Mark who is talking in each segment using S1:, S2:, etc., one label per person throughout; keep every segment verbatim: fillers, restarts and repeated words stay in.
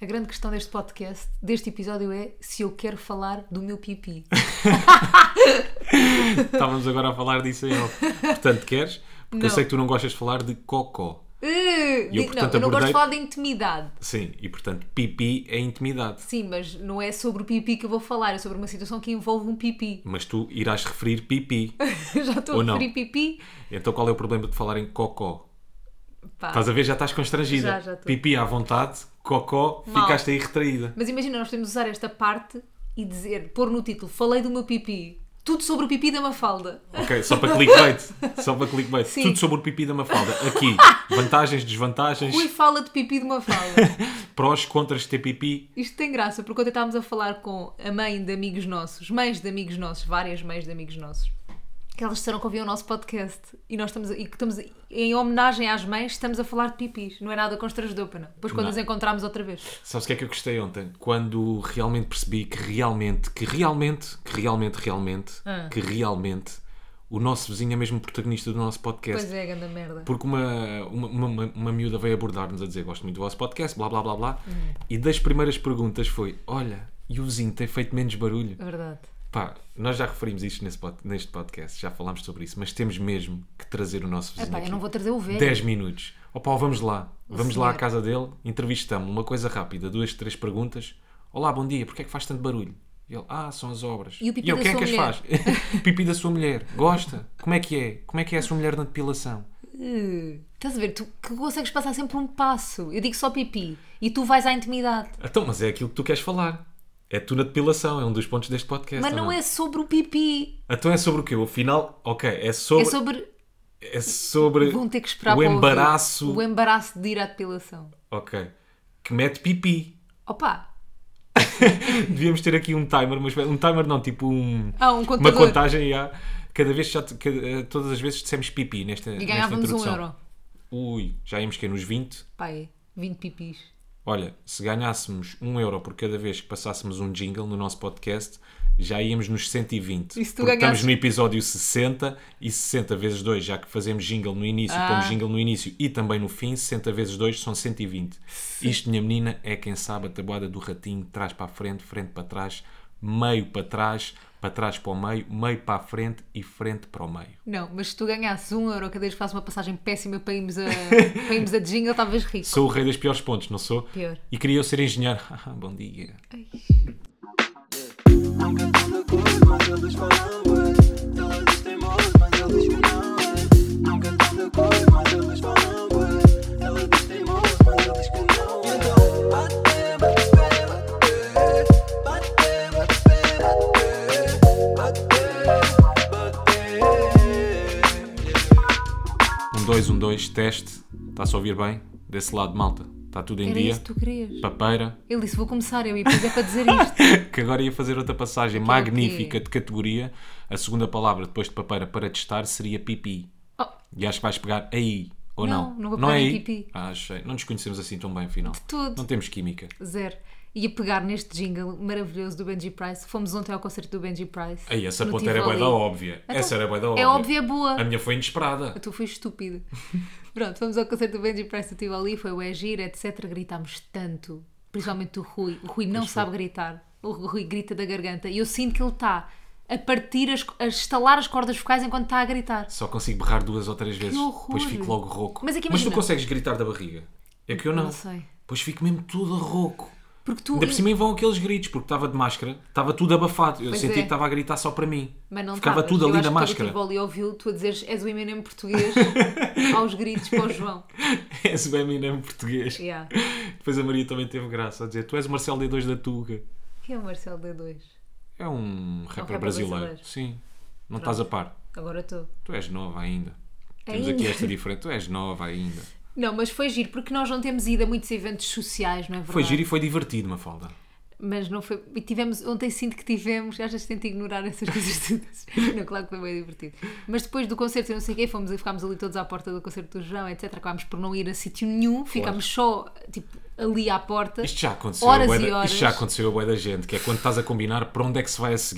S1: A grande questão deste podcast, deste episódio é se eu quero falar do meu pipi.
S2: Estávamos agora a falar disso em off. Portanto, queres? Porque
S1: Não.
S2: eu sei que tu não gostas de falar de cocó.
S1: Uh,
S2: E eu,
S1: di-
S2: portanto,
S1: não, eu não gosto
S2: abordei-
S1: de falar de intimidade.
S2: Sim, e portanto, pipi é intimidade.
S1: Sim, mas não é sobre o pipi que eu vou falar, é sobre uma situação que envolve um pipi.
S2: Mas tu irás referir pipi.
S1: Já estou
S2: Ou
S1: a
S2: não.
S1: referir pipi.
S2: Então qual é o problema de falar em cocó?
S1: Pá.
S2: Estás a ver? Já estás constrangida.
S1: Já, já estou.
S2: Pipi à vontade, cocó,
S1: Mal.
S2: ficaste aí retraída.
S1: Mas imagina, nós podemos usar esta parte e dizer, pôr no título, falei do meu pipi. Tudo sobre o pipi da Mafalda.
S2: Ok, só para clickbait. Só para clickbait.
S1: Sim.
S2: Tudo sobre o pipi da Mafalda. Aqui, vantagens, desvantagens,
S1: Rui fala de pipi de Mafalda.
S2: prós, contras de ter pipi.
S1: Isto tem graça, porque ontem estávamos a falar com a mãe de amigos nossos, mães de amigos nossos, várias mães de amigos nossos, que elas disseram que ouviam o nosso podcast e nós estamos, a- e que estamos a- em homenagem às mães, estamos a falar de pipis. Não é nada constrangedor, pá, não. Depois quando
S2: Não.
S1: nos encontramos outra vez.
S2: Sabes o que é que eu gostei ontem? Quando realmente percebi que realmente, que realmente, que realmente, realmente,
S1: Ah.
S2: que realmente, o nosso vizinho é mesmo o protagonista do nosso podcast.
S1: Pois é, ganda merda.
S2: Porque uma, uma, uma, uma, uma miúda veio abordar-nos a dizer gosto muito do vosso podcast, blá blá blá blá.
S1: Hum.
S2: E das primeiras perguntas foi: olha, e o vizinho tem feito menos barulho?
S1: É verdade.
S2: Pá, nós já referimos isto nesse pod- neste podcast, já falámos sobre isso, mas temos mesmo que trazer o nosso vizinho.
S1: Epá, eu
S2: aqui.
S1: não vou trazer o velho.
S2: dez minutos. Opa, vamos lá. Vamos lá à
S1: senhor.
S2: casa dele, entrevistamos uma coisa rápida, duas, três perguntas. Olá, bom dia, porquê é que faz tanto barulho? E ele, ah, são as obras.
S1: E o pipi
S2: eu,
S1: da
S2: quem é
S1: sua
S2: que as faz? Pipi da sua mulher. Gosta? Como é que é? Como é que é a sua mulher na depilação?
S1: Uh, estás a ver? Tu que consegues passar sempre um passo. Eu digo só pipi e tu vais à intimidade.
S2: Então, mas é aquilo que tu queres falar. É tu na depilação, é um dos pontos deste podcast.
S1: Mas
S2: ou
S1: não é sobre o pipi.
S2: Então é sobre o quê? O final, ok, é sobre...
S1: É sobre.
S2: É sobre
S1: Vão ter que esperar
S2: o
S1: para ouvir.
S2: embaraço...
S1: O embaraço de ir à depilação.
S2: Ok. Que mete pipi.
S1: Opa!
S2: Devíamos ter aqui um timer, mas um timer não, tipo um,
S1: Ah, um
S2: uma
S1: contador.
S2: contagem. Já, cada vez, já, te- cada- todas as vezes dissemos pipi nesta,
S1: E
S2: nesta
S1: ganhávamos um
S2: introdução.
S1: euro.
S2: Ui, já íamos que nos vinte.
S1: Pai, vinte pipis.
S2: Olha, se ganhássemos um euro por cada vez que passássemos um jingle no nosso podcast, já íamos nos cento e vinte.
S1: E se tu
S2: Porque
S1: ganhasses-
S2: estamos no episódio sessenta e sessenta vezes dois, já que fazemos jingle no início,
S1: Ah.
S2: pomos jingle no início e também no fim, sessenta vezes dois são cento e vinte. Isto, minha menina, é quem sabe a tabuada do ratinho, trás para a frente, frente para trás, meio para trás, para trás para o meio, meio para a frente e frente para o meio.
S1: Não, mas se tu ganhasses um euro cada vez que faço uma passagem péssima para irmos a, para irmos a jingle, estavas rico.
S2: Sou o rei dos piores pontos, não sou?
S1: Pior.
S2: E queria eu ser engenheiro. Ah, bom dia.
S3: Não cantando a cor, mas eles falam bué. Eles teimosos, mas eles que não é. Não cantando a cor, mas eles falam bué. Eles teimosos, mas eles que não é. Então bate, bate, bate, bate, bate, bate.
S2: Um, dois, um, dois, teste. Está-se a ouvir bem? Desse lado, malta. Está tudo em
S1: Era
S2: dia.
S1: isso que tu querias.
S2: Papeira.
S1: Ele disse, vou começar eu e depois é para dizer isto.
S2: Que agora ia fazer outra passagem
S1: Aquilo
S2: magnífica
S1: quê?
S2: de categoria. A segunda palavra depois de papeira para testar seria pipi.
S1: Oh,
S2: E acho que vais pegar aí. Ou
S1: Não,
S2: não?
S1: não vou
S2: não
S1: pegar
S2: é
S1: em
S2: aí?
S1: pipi.
S2: Ah, achei. Não nos conhecemos assim tão bem, afinal.
S1: tudo.
S2: Não temos química.
S1: Zero. Ia pegar neste jingle maravilhoso do Benji Price. Fomos ontem ao concerto do Benji Price.
S2: Aí, essa
S1: no
S2: ponta era bué
S1: Tivoli.
S2: da óbvia.
S1: Então,
S2: essa era bué da óbvia.
S1: É óbvia, é boa.
S2: A minha foi inesperada.
S1: A tua foi estúpida. Pronto, fomos ao concerto do Benji Price do Tivoli, foi o Egir, etcétera. Gritámos tanto. Principalmente o Rui. O Rui não
S2: Pois foi.
S1: sabe gritar. O Rui grita da garganta. E eu sinto que ele está a partir, as, a estalar as cordas vocais enquanto está a gritar.
S2: Só consigo berrar duas ou três vezes.
S1: horror.
S2: Depois fico logo rouco.
S1: Mas é que
S2: Mas tu
S1: imagina-
S2: consegues gritar da barriga? É que eu não.
S1: Não sei.
S2: Depois fico mesmo tudo rouco.
S1: Porque tu...
S2: Ainda por cima vão aqueles gritos, porque estava de máscara, estava tudo abafado. Eu
S1: Pois
S2: senti
S1: é.
S2: que estava a gritar só para mim.
S1: Mas não
S2: Ficava
S1: estavas.
S2: tudo
S1: Eu
S2: ali
S1: acho
S2: na
S1: que
S2: máscara.
S1: todo o Tivoli ouviu tu a dizeres és o Eminem português aos gritos para o João.
S2: Esse bem em português.
S1: Yeah.
S2: Depois a Maria também teve graça a dizer: tu és o Marcelo D dois da Tuga.
S1: Quem é o Marcelo D dois?
S2: É um rapper,
S1: rapper
S2: brasileiro.
S1: brasileiro.
S2: Sim. Não
S1: Pronto.
S2: estás a par.
S1: Agora estou.
S2: Tu és nova ainda. Temos
S1: Ainda?
S2: aqui esta diferença. Tu és nova ainda.
S1: Não, mas foi giro, porque nós não temos ido a muitos eventos sociais, não é verdade?
S2: Foi giro e foi divertido, Mafalda.
S1: Mas não foi. E tivemos, ontem sinto que tivemos, já já tento ignorar essas coisas todas. Não, claro que foi bem divertido. Mas depois do concerto, eu não sei o quê, fomos e ficámos ali todos à porta do concerto do João, etcétera. Acabámos por não ir a sítio nenhum, ficámos só, tipo, ali à porta.
S2: Isto já aconteceu
S1: Horas
S2: a bué
S1: e
S2: da-
S1: horas.
S2: Isto já aconteceu a bué da gente, que é quando estás a combinar para onde é que se vai a seguir.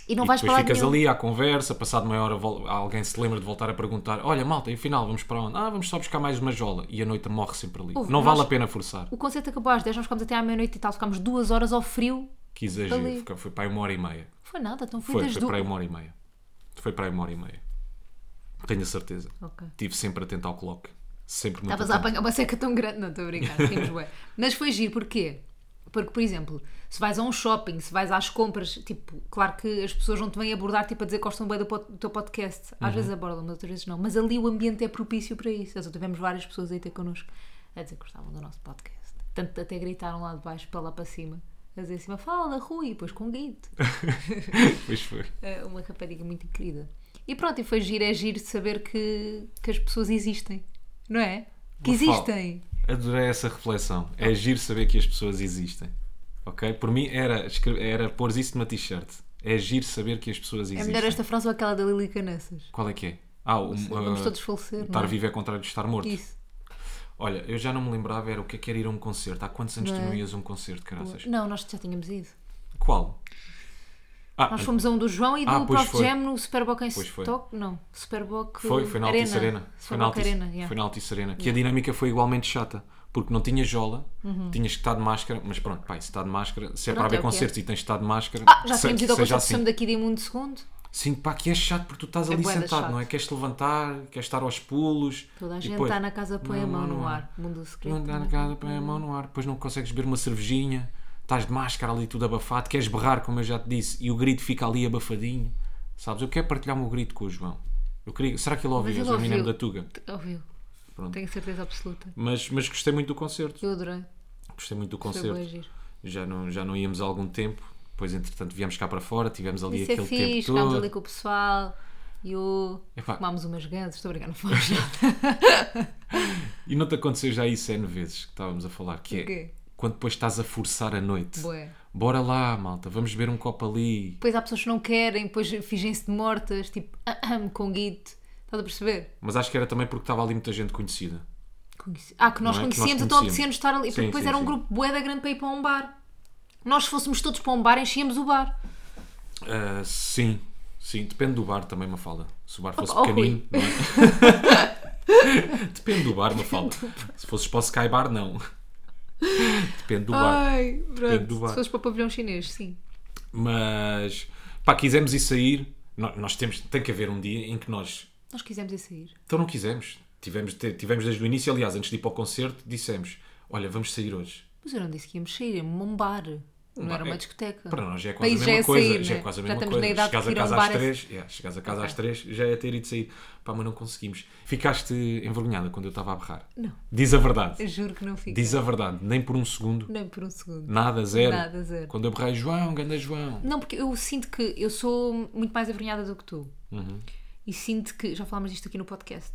S1: E não
S2: e
S1: vais
S2: depois
S1: para lado
S2: ficas
S1: nenhum.
S2: ali à conversa, passado meia hora vol- alguém se lembra de voltar a perguntar: olha, malta, e afinal, vamos para onde? Ah, vamos só buscar mais uma jola. E a noite morre sempre ali.
S1: Ouve,
S2: não
S1: nós-
S2: vale a pena forçar.
S1: O concerto acabou às dez, nós ficámos até à meia-noite e tal, ficámos duas horas ao frio.
S2: Que exagero,
S1: Ali.
S2: Fica- foi para aí uma hora e meia.
S1: Foi nada, então foi,
S2: Foi,
S1: das
S2: foi para aí
S1: duas.
S2: uma hora e meia. Foi para aí uma hora e meia. Tenho a certeza.
S1: Ok.
S2: Estive sempre atento ao clock. Sempre muito
S1: Estavas a
S2: atento.
S1: apanhar uma seca tão grande, não estou a brincar, rimos bué. Mas foi giro, porquê? Porque, por exemplo, se vais a um shopping, se vais às compras, tipo, claro que as pessoas não te vêm abordar tipo, a dizer que gostam bem do, pod- do teu podcast. Às vezes abordam, mas outras vezes não. Mas ali o ambiente é propício para isso. Então, tivemos várias pessoas aí ter connosco a dizer que gostavam do nosso podcast. Tanto até gritaram lá de baixo para lá para cima. A dizer assim, fala, Rui, e depois com guito.
S2: Pois foi.
S1: É uma rapariga muito querida. E pronto, e foi giro, é giro de saber que, que as pessoas existem. Não é? Que
S2: Mafalda,
S1: existem.
S2: Adorei essa reflexão. É giro saber que as pessoas existem. Ok? Por mim era, escre- era pôr isso numa t-shirt. É giro saber que as pessoas
S1: É
S2: existem.
S1: melhor esta frase ou aquela da Lili Canassas?
S2: Qual é que é? Ah, o,
S1: Vamos
S2: uh,
S1: todos falecer,
S2: estar
S1: não é?
S2: vivo é contrário de estar morto.
S1: Isso.
S2: Olha, eu já não me lembrava era o que é que era ir a um concerto. Há quantos anos
S1: Não
S2: tu
S1: é?
S2: não ias a um concerto, caraças?
S1: Não, nós já tínhamos ido.
S2: Qual? Ah,
S1: Nós fomos a um do João e do
S2: Ah, pois
S1: Prof
S2: foi.
S1: Jam no Superboc em
S2: Pois foi.
S1: Stock. Não, Superboc
S2: Foi, foi na
S1: Arena.
S2: Altice Arena. Foi na
S1: Superboc
S2: Altice,
S1: Arena, yeah.
S2: foi na Altice Arena. Que a dinâmica foi igualmente chata. Porque não tinha jola, tinhas que estar de máscara, mas pronto, pá, se está de máscara, se é
S1: Uhum. Pronto,
S2: para
S1: é
S2: haver
S1: o que é.
S2: concertos e tens de estar de máscara,
S1: Ah, já
S2: se-
S1: tínhamos
S2: que
S1: ido ao
S2: seja
S1: concerto
S2: assim.
S1: daqui de Imundo Segundo.
S2: Sim, pá, que é chato porque tu estás ali
S1: bué da
S2: sentado,
S1: chato.
S2: não é? Queres te levantar, queres estar aos pulos.
S1: Toda a
S2: e
S1: gente
S2: depois,
S1: está na casa, põe a mão no ar. Mundo secreto.
S2: Não está na casa, põe a mão no ar. Depois não consegues beber uma cervejinha, estás de máscara ali tudo abafado, queres berrar, como eu já te disse, e o grito fica ali abafadinho. Sabes? Eu quero partilhar o meu grito com o João. Eu queria... Será que ele ouviu?
S1: Mas
S2: O
S1: ele
S2: Eminem
S1: ouviu.
S2: da Tuga.
S1: Ouviu.
S2: Pronto.
S1: Tenho certeza absoluta.
S2: Mas, mas gostei muito do concerto.
S1: Eu adorei.
S2: Gostei muito do
S1: Foi
S2: concerto.
S1: bué giro.
S2: Já não, já não íamos há algum tempo. Depois, entretanto, viemos cá para fora, tivemos ali
S1: Isso é
S2: aquele
S1: fixe,
S2: tempo
S1: ficámos
S2: todo.
S1: ali com o pessoal. E o...
S2: Epá.
S1: fumámos umas ganzas. Estou a brincar, não fomos nada.
S2: E não te aconteceu já isso N vezes que estávamos a falar? Que
S1: O
S2: é
S1: quê?
S2: quando depois estás a forçar a noite.
S1: Bué.
S2: Bora lá, malta, vamos beber um copo ali.
S1: Depois há pessoas que não querem, depois fingem-se de mortas, tipo, com guito. Estás a perceber?
S2: Mas acho que era também porque estava ali muita gente conhecida.
S1: Conheci- Ah, que nós
S2: Não é? Que nós
S1: conhecíamos, então
S2: conhecíamos.
S1: apetecia-nos estar ali. Porque
S2: Sim,
S1: depois
S2: sim,
S1: era um
S2: sim.
S1: grupo bué da grande para ir para um bar. Nós, se fôssemos todos para um bar, enchíamos o bar.
S2: Ah, sim, sim, depende do bar também, Mafalda. Se o bar fosse
S1: Oh,
S2: pequenino, não é? Depende do bar, Mafalda. Se fosses para o Sky Bar, não. Depende do bar.
S1: Ai,
S2: Depende
S1: pronto.
S2: do bar.
S1: Se fosses para o pavilhão chinês, sim.
S2: Mas, pá, quisemos ir sair. Nó- Nós temos, tem que haver um dia em que nós.
S1: Nós quisemos ir sair.
S2: Então não quisemos. Tivemos, te- tivemos desde o início, aliás, antes de ir para o concerto, dissemos: olha, vamos sair hoje.
S1: Mas eu não disse que íamos sair, é um bar. Não
S2: bar
S1: era uma
S2: é-
S1: discoteca.
S2: Para nós já é
S1: Para
S2: quase a
S1: ir
S2: mesma
S1: já é
S2: coisa.
S1: sair,
S2: já é
S1: né?
S2: quase a
S1: Já
S2: mesma
S1: estamos
S2: coisa.
S1: na idade de
S2: Chegares a
S1: ir a um
S2: casa
S1: bar
S2: às
S1: é-
S2: três, yeah, chegares a casa
S1: Ok.
S2: às três, já é ter ido sair. Pá, mas não conseguimos. Ficaste envergonhada quando eu estava a berrar.
S1: Não,
S2: Diz a verdade.
S1: eu juro que não fica.
S2: Diz a verdade. Nem por um segundo.
S1: Nem por um segundo.
S2: Nada, zero.
S1: Nada, zero.
S2: Quando eu berrei, João, ganda João.
S1: Não, porque eu sinto que eu sou muito mais avergonhada do que tu.
S2: Uhum.
S1: E sinto que, já falámos disto aqui no podcast,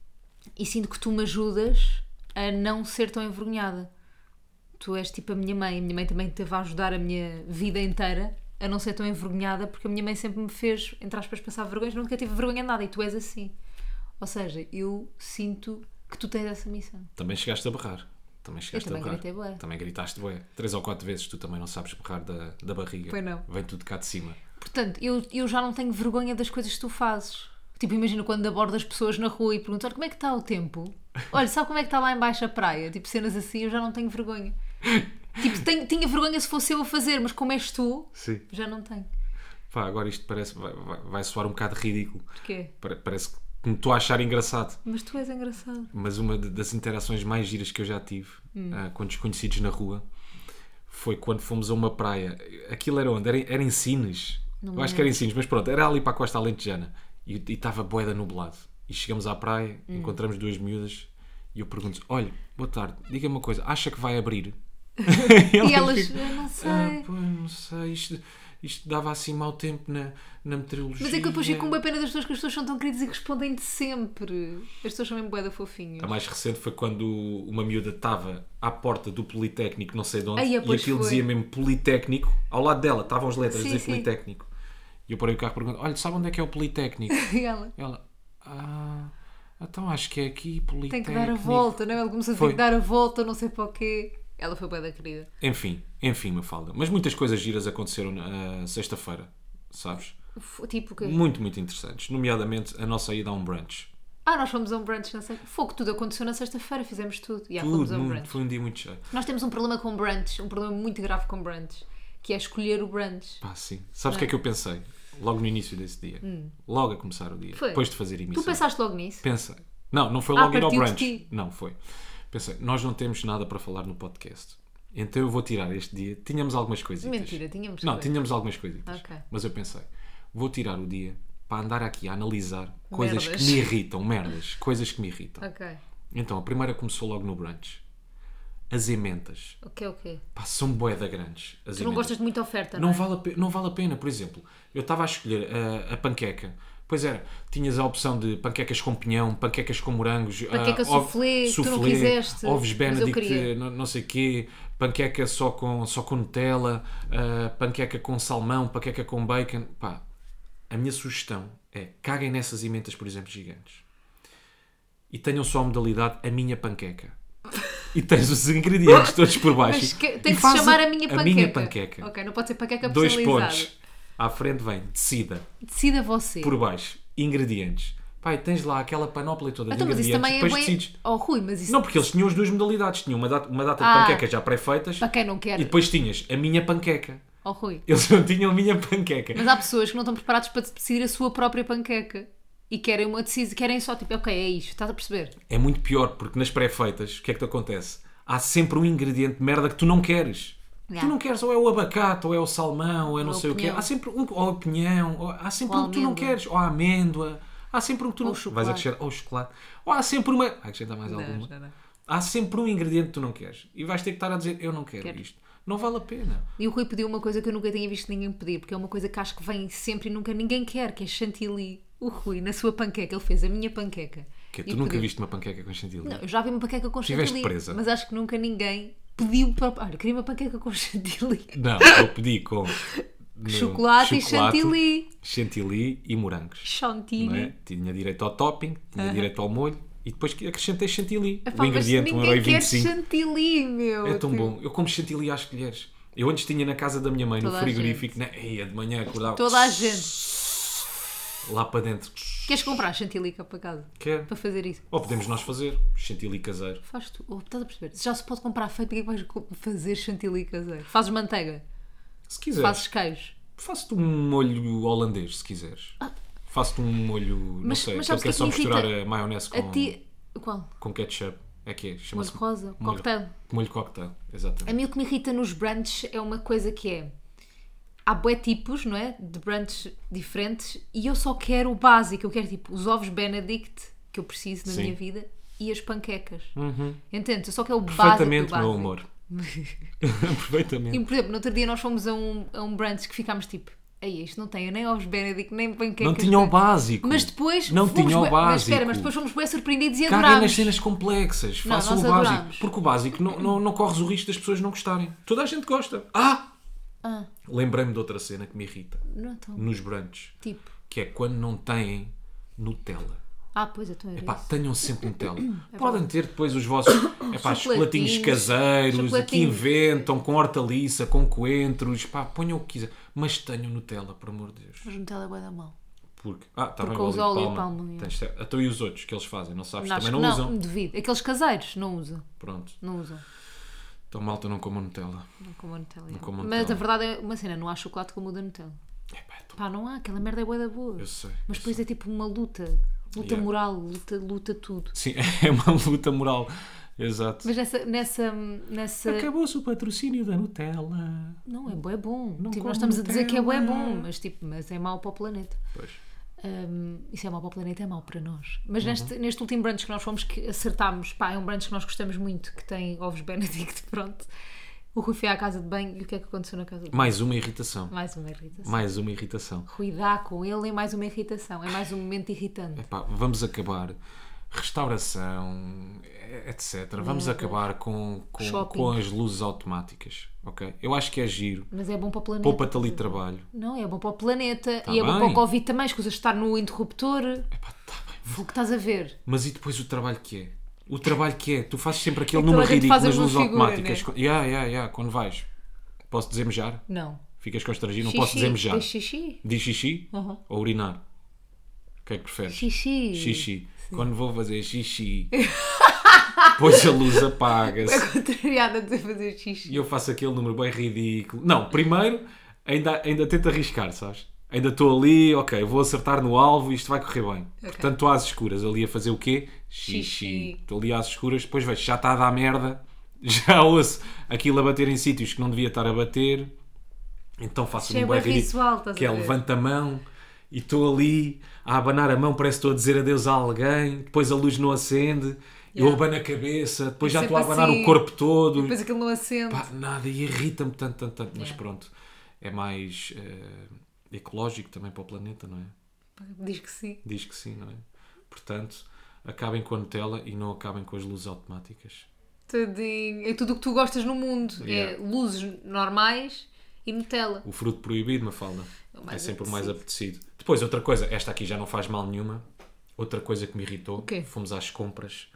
S1: e sinto que tu me ajudas a não ser tão envergonhada. Tu és tipo a minha mãe. A minha mãe também teve a ajudar a minha vida inteira a não ser tão envergonhada, porque a minha mãe sempre me fez, entre aspas, passar vergonhas, nunca tive vergonha de nada, e tu és assim. Ou seja, eu sinto que tu tens essa missão.
S2: Também chegaste a berrar. Também chegaste
S1: também
S2: a berrar.
S1: gritei bué.
S2: Também gritaste bué. Três ou quatro vezes tu também não sabes berrar da, da barriga.
S1: Pois não.
S2: Vem tudo cá de cima.
S1: Portanto, eu, eu já não tenho vergonha das coisas que tu fazes. Tipo, imagina quando abordas pessoas na rua e perguntas: olha, como é que está o tempo? Olha, sabe como é que está lá em baixo a praia? Tipo, cenas assim, eu já não tenho vergonha. Tipo, tenho, tinha vergonha se fosse eu a fazer, mas como és tu,
S2: Sim.
S1: já não tenho.
S2: Pá, agora isto parece, vai, vai, vai soar um bocado ridículo.
S1: Porquê?
S2: Pare- Parece que me estou a achar engraçado.
S1: Mas tu és engraçado.
S2: Mas uma de- das interações mais giras que eu já tive
S1: Hum.
S2: ah, com desconhecidos na rua foi quando fomos a uma praia. Aquilo era onde? Era, era em Sines.
S1: Não
S2: Eu
S1: me
S2: acho que era em
S1: lembro.
S2: Sines, mas pronto, era ali para a Costa Alentejana. E e estava boeda nublado. E chegamos à praia,
S1: Hum.
S2: encontramos duas miúdas e eu pergunto: olha, boa tarde, diga-me uma coisa, acha que vai abrir?
S1: E elas, eu não sei.
S2: Ah, pois, não sei, isto, isto dava assim mau tempo na, na meteorologia.
S1: Mas é que eu depois fico com bem pena das pessoas, que as pessoas são tão queridas e respondem-te sempre. As pessoas são mesmo bué da fofinhas.
S2: A mais recente foi quando uma miúda estava à porta do Politécnico, não sei de onde,
S1: Ai,
S2: e
S1: pois
S2: aquilo
S1: foi.
S2: dizia mesmo Politécnico, ao lado dela estavam as letras
S1: Sim,
S2: a dizer
S1: sim.
S2: Politécnico. E eu parei o carro e perguntei: olha, sabe onde é que é o Politécnico?
S1: E ela
S2: Ela, ah, então acho que é aqui, Politécnico.
S1: tem que dar a volta, não é? Ela começou a ter
S2: Foi.
S1: que dar a volta, não sei para o quê. Ela foi bué da querida.
S2: Enfim, enfim, Mafalda. Mas muitas coisas giras aconteceram na sexta-feira. sabes?
S1: F- Tipo o quê?
S2: Muito, muito interessantes. Nomeadamente a nossa ida a um brunch.
S1: Ah, nós fomos a um brunch na sexta. Fogo, tudo aconteceu na sexta-feira, fizemos tudo. E yeah, fomos
S2: Tudo,
S1: a um
S2: muito,
S1: brunch.
S2: foi um dia muito cheio.
S1: Nós temos um problema com brunch, um problema muito grave com brunch, que é escolher o brunch.
S2: Pá, sim. Sabes o que é que eu pensei? Logo no início desse dia. Logo a começar o dia.
S1: Foi.
S2: Depois de fazer emissão.
S1: Tu pensaste logo nisso?
S2: Pensei. Não, não foi
S1: Ah,
S2: logo ir ao
S1: partiu de
S2: brunch.
S1: ti.
S2: Não, foi. Pensei, nós não temos nada para falar no podcast. Então eu vou tirar este dia. Tínhamos algumas coisitas.
S1: Mentira, tínhamos
S2: Não,
S1: coisa.
S2: tínhamos algumas coisitas.
S1: Ok.
S2: Mas eu pensei, vou tirar o dia para andar aqui a analisar coisas
S1: Merdas.
S2: que me irritam, merdas, coisas que me irritam.
S1: Ok.
S2: Então, a primeira começou logo no brunch. As emendas.
S1: O que é o quê?
S2: Pá, são bué da grandes. As
S1: Tu não
S2: emendas.
S1: gostas de muita oferta,
S2: Não
S1: não é?
S2: vale, a pe- não vale a pena, por exemplo, eu estava a escolher a, a panqueca. Pois era, tinhas a opção de panquecas com pinhão, panquecas com morangos,
S1: Panqueca
S2: ah, ov-
S1: soufflé, que tu não
S2: soufflé,
S1: quiseste,
S2: ovos
S1: mas eu
S2: Benedict,
S1: queria.
S2: não, não sei quê, panqueca só com, só com Nutella, ah, panqueca com salmão, panqueca com bacon. Pá, a minha sugestão é caguem nessas emendas, por exemplo, gigantes. E tenham só a modalidade a minha panqueca. E tens os ingredientes todos por baixo.
S1: Mas que,
S2: E
S1: tem que se
S2: faz
S1: chamar a minha panqueca.
S2: A minha panqueca.
S1: Ok, não pode ser panqueca
S2: Dois
S1: personalizada.
S2: pontos. À frente vem decida.
S1: Decida você.
S2: Por baixo, ingredientes. Pai, tens lá aquela panóplia toda
S1: Então,
S2: de
S1: mas isso
S2: ingredientes.
S1: também é
S2: Depois
S1: bem...
S2: decides.
S1: Oh, Rui, mas isso...
S2: Não, porque eles tinham as duas modalidades. Tinham uma data, uma data
S1: Ah.
S2: de panquecas já pré-feitas
S1: Para quem não quer...
S2: e depois tinhas a minha panqueca.
S1: Oh, Rui.
S2: Eles não tinham a minha panqueca.
S1: Mas há pessoas que não estão preparadas para decidir a sua própria panqueca. E querem uma decisão, querem só tipo, ok, é isto, estás a perceber?
S2: É muito pior, porque nas pré-feitas, o que é que te acontece? Há sempre um ingrediente de merda que tu não queres.
S1: Yeah.
S2: Tu não queres, ou é o abacate, ou é o salmão, ou é não
S1: Ou é o
S2: sei o quê.
S1: pinhão.
S2: Há sempre um, ou o pinhão, ou há sempre
S1: Ou
S2: um que tu não
S1: amêndoa.
S2: queres, ou a amêndoa. Há sempre um que tu
S1: Ou
S2: não
S1: chocolate.
S2: vais acrescentar, ou chocolate. Ou há sempre uma. Vai acrescentar mais alguma.
S1: já não.
S2: Há sempre um ingrediente que tu não queres. E vais ter que estar a dizer, eu não quero,
S1: Quero.
S2: isto. Não vale a pena.
S1: E o Rui pediu uma coisa que eu nunca tinha visto ninguém pedir, porque é uma coisa que acho que vem sempre e nunca ninguém quer, que é chantilly. O Rui, na sua panqueca, ele fez a minha panqueca.
S2: Que
S1: E
S2: tu nunca
S1: pediu.
S2: viste uma panqueca com chantilly?
S1: Não, eu já vi uma panqueca com
S2: Estiveste
S1: chantilly,
S2: presa.
S1: mas acho que nunca ninguém pediu para... Olha, eu queria uma panqueca com chantilly.
S2: Não, eu pedi com no-
S1: Chocolate e chantilly.
S2: chantilly e morangos.
S1: Chantilly.
S2: Não é? Tinha direito ao topping, tinha direito ao molho e depois que acrescentei chantilly.
S1: Epá,
S2: o
S1: mas
S2: ingrediente, um
S1: ninguém
S2: euro e
S1: quer
S2: vinte e cinco.
S1: chantilly, meu.
S2: É tão
S1: Tipo,
S2: bom. Eu como chantilly às colheres. Eu antes tinha na casa da minha mãe,
S1: Toda
S2: no
S1: a
S2: frigorífico, na... Eia, de manhã acordava
S1: Toda a gente.
S2: lá para dentro.
S1: Queres comprar chantilly cá para casa?
S2: Quer?
S1: Para fazer isso?
S2: Ou podemos nós fazer chantilly caseiro.
S1: Faz tu. Oh, estás a perceber? Se já se pode comprar feito, para que é que vais co- fazer chantilly caseiro? Fazes manteiga?
S2: Se quiseres.
S1: Fazes queijo?
S2: Faço-te um molho holandês, se quiseres. Faço-te um molho, não
S1: Ah. Mas-
S2: sei,
S1: mas
S2: aquele
S1: sabes
S2: que é
S1: o que
S2: só
S1: é que me
S2: misturar
S1: irrita?
S2: a maionese com,
S1: A ti... Qual?
S2: com ketchup. É que é? Chama-se
S1: Molho rosa?
S2: molho-
S1: Cocktail?
S2: Molho cocktail,
S1: A
S2: exatamente.
S1: mim o que me irrita nos brunches é uma coisa que é... Há bué tipos, não é? De brunches diferentes e eu só quero o básico. Eu quero tipo os ovos Benedict, que eu preciso na
S2: Sim.
S1: minha vida, e as panquecas.
S2: Uhum.
S1: Entendes? Eu só quero o básico do
S2: Perfeitamente,
S1: básico.
S2: meu amor. Perfeitamente.
S1: E, por exemplo, no outro dia nós fomos a um, a um brunch que ficámos tipo, ei, isto não tem nem ovos Benedict, nem panquecas.
S2: Não tinha o
S1: nem-"
S2: básico.
S1: Mas depois
S2: Não
S1: fomos
S2: tinha o
S1: bué- Mas
S2: básico.
S1: espera, mas depois fomos bem surpreendidos e
S2: Caguem
S1: adorámos.
S2: nas cenas complexas.
S1: Não,
S2: Façam
S1: nós
S2: o básico.
S1: adorámos.
S2: Porque o básico não, não, não corres o risco das pessoas não gostarem. Toda a gente gosta. Ah!
S1: Ah,
S2: Lembrei-me de outra cena que me irrita.
S1: não estou.
S2: Nos brunches.
S1: Tipo,
S2: Que é quando não têm Nutella.
S1: ah, pois, então era
S2: Epá,
S1: isso.
S2: tenham sempre Nutella. Podem ter depois os vossos epá, chocolatinhos
S1: Chocolatinhos,
S2: caseiros, que
S1: chocolatinhos.
S2: inventam com hortaliça, com coentros. Pá, ponham o que quiser. Mas tenham Nutella, por amor de Deus.
S1: Mas Nutella é bué da mal.
S2: Porque, ah, está
S1: Porque
S2: bem, o
S1: usa
S2: óleo de
S1: óleo de
S2: palma.
S1: palma, é.
S2: Tens certo. Então e os outros que eles fazem? Não sabes?
S1: Acho
S2: Também
S1: que
S2: não usam.
S1: devido. Aqueles caseiros não usam.
S2: Pronto.
S1: Não usam.
S2: Então malta não comam Nutella.
S1: Não como Nutella. é.
S2: como
S1: Mas
S2: Nutella.
S1: a verdade é uma cena, não há chocolate como o da Nutella.
S2: Epá, é tão-
S1: Pá, não há, aquela merda é bué da boa.
S2: Eu sei.
S1: Mas
S2: eu
S1: depois
S2: sei.
S1: é tipo uma luta. Luta
S2: Yeah.
S1: moral, luta, luta tudo.
S2: Sim, é uma luta moral. Exato.
S1: Mas nessa, nessa, nessa...
S2: Acabou-se o patrocínio da Nutella.
S1: Não, é bué bom.
S2: Não
S1: Tipo,
S2: como
S1: nós estamos a dizer que é bué
S2: Nutella.
S1: bom, mas, tipo, mas é mau para o planeta.
S2: Pois.
S1: Um, isso é mau para o planeta, é mau para nós. Mas
S2: Uhum.
S1: neste, neste último brunch que nós fomos, que acertámos, pá, é um brunch que nós gostamos muito, que tem ovos Benedict, pronto. O Rui foi à casa de banho e o que é que aconteceu na casa de banho?
S2: Mais uma irritação.
S1: Mais uma irritação.
S2: Mais uma irritação.
S1: Rui dá com ele é mais uma irritação, é mais um momento irritante.
S2: Epá, vamos acabar restauração, etcétera. Vamos acabar com, com,
S1: Shopping.
S2: com as luzes automáticas, ok? Eu acho que é giro.
S1: Mas é bom para o planeta.
S2: Poupa-te ali trabalho.
S1: Não, é bom para o planeta
S2: Tá
S1: e é bom
S2: bem.
S1: para o Covid também, escusas de estar no interruptor.
S2: Epá, tá bem.
S1: O que estás a ver?
S2: Mas e depois o trabalho que é? O trabalho que é? Tu fazes sempre aquele
S1: Aquela
S2: número
S1: gente
S2: ridículo
S1: faz
S2: nas
S1: a
S2: luzes
S1: luz figura,
S2: automáticas.
S1: né?
S2: Yeah, yeah, yeah. Quando vais. Posso dizer mejar?
S1: Não.
S2: ficas constrangido, não posso
S1: Xixi.
S2: dizer mejar.
S1: Diz xixi.
S2: Diz xixi
S1: Uhum.
S2: ou urinar? O que é que preferes?
S1: Xixi.
S2: Xixi. Quando vou fazer xixi, depois a luz apaga-se.
S1: É contrariada de fazer xixi.
S2: E eu faço aquele número bem ridículo. Não, primeiro ainda, ainda tento arriscar, sabes? Ainda estou ali, ok, vou acertar no alvo e isto vai correr bem. Portanto, estou às escuras, ali a fazer o quê? Xixi.
S1: Xixi.
S2: Estou ali às escuras, depois vejo, já está a dar merda, já ouço aquilo a bater em sítios que não devia estar a bater. Então faço
S1: Isto é
S2: um bem
S1: bué
S2: ridículo,
S1: visual, estás
S2: que é
S1: a ver?
S2: levanta a mão e estou ali a abanar a mão, parece que estou a dizer adeus a alguém, depois a luz não acende, eu
S1: Yeah.
S2: abano a cabeça, depois
S1: É
S2: já estou a
S1: sempre
S2: abanar
S1: assim.
S2: o corpo todo.
S1: Depois aquilo não acende.
S2: Pá, nada, e irrita-me tanto, tanto, tanto. Mas
S1: Yeah.
S2: pronto, é mais eh, ecológico também para o planeta, não é?
S1: Diz que sim.
S2: Diz que sim, não é? Portanto, acabem com a Nutella e não acabem com as luzes automáticas.
S1: Tadinho. É tudo o que tu gostas no mundo.
S2: Yeah.
S1: É luzes normais e Nutella.
S2: O fruto proibido, Mafalda,
S1: É o
S2: é
S1: mais
S2: sempre o mais
S1: apetecido.
S2: apetecido. Depois, outra coisa, esta aqui já não faz mal nenhuma. Outra coisa que me irritou,
S1: O quê?
S2: fomos às compras.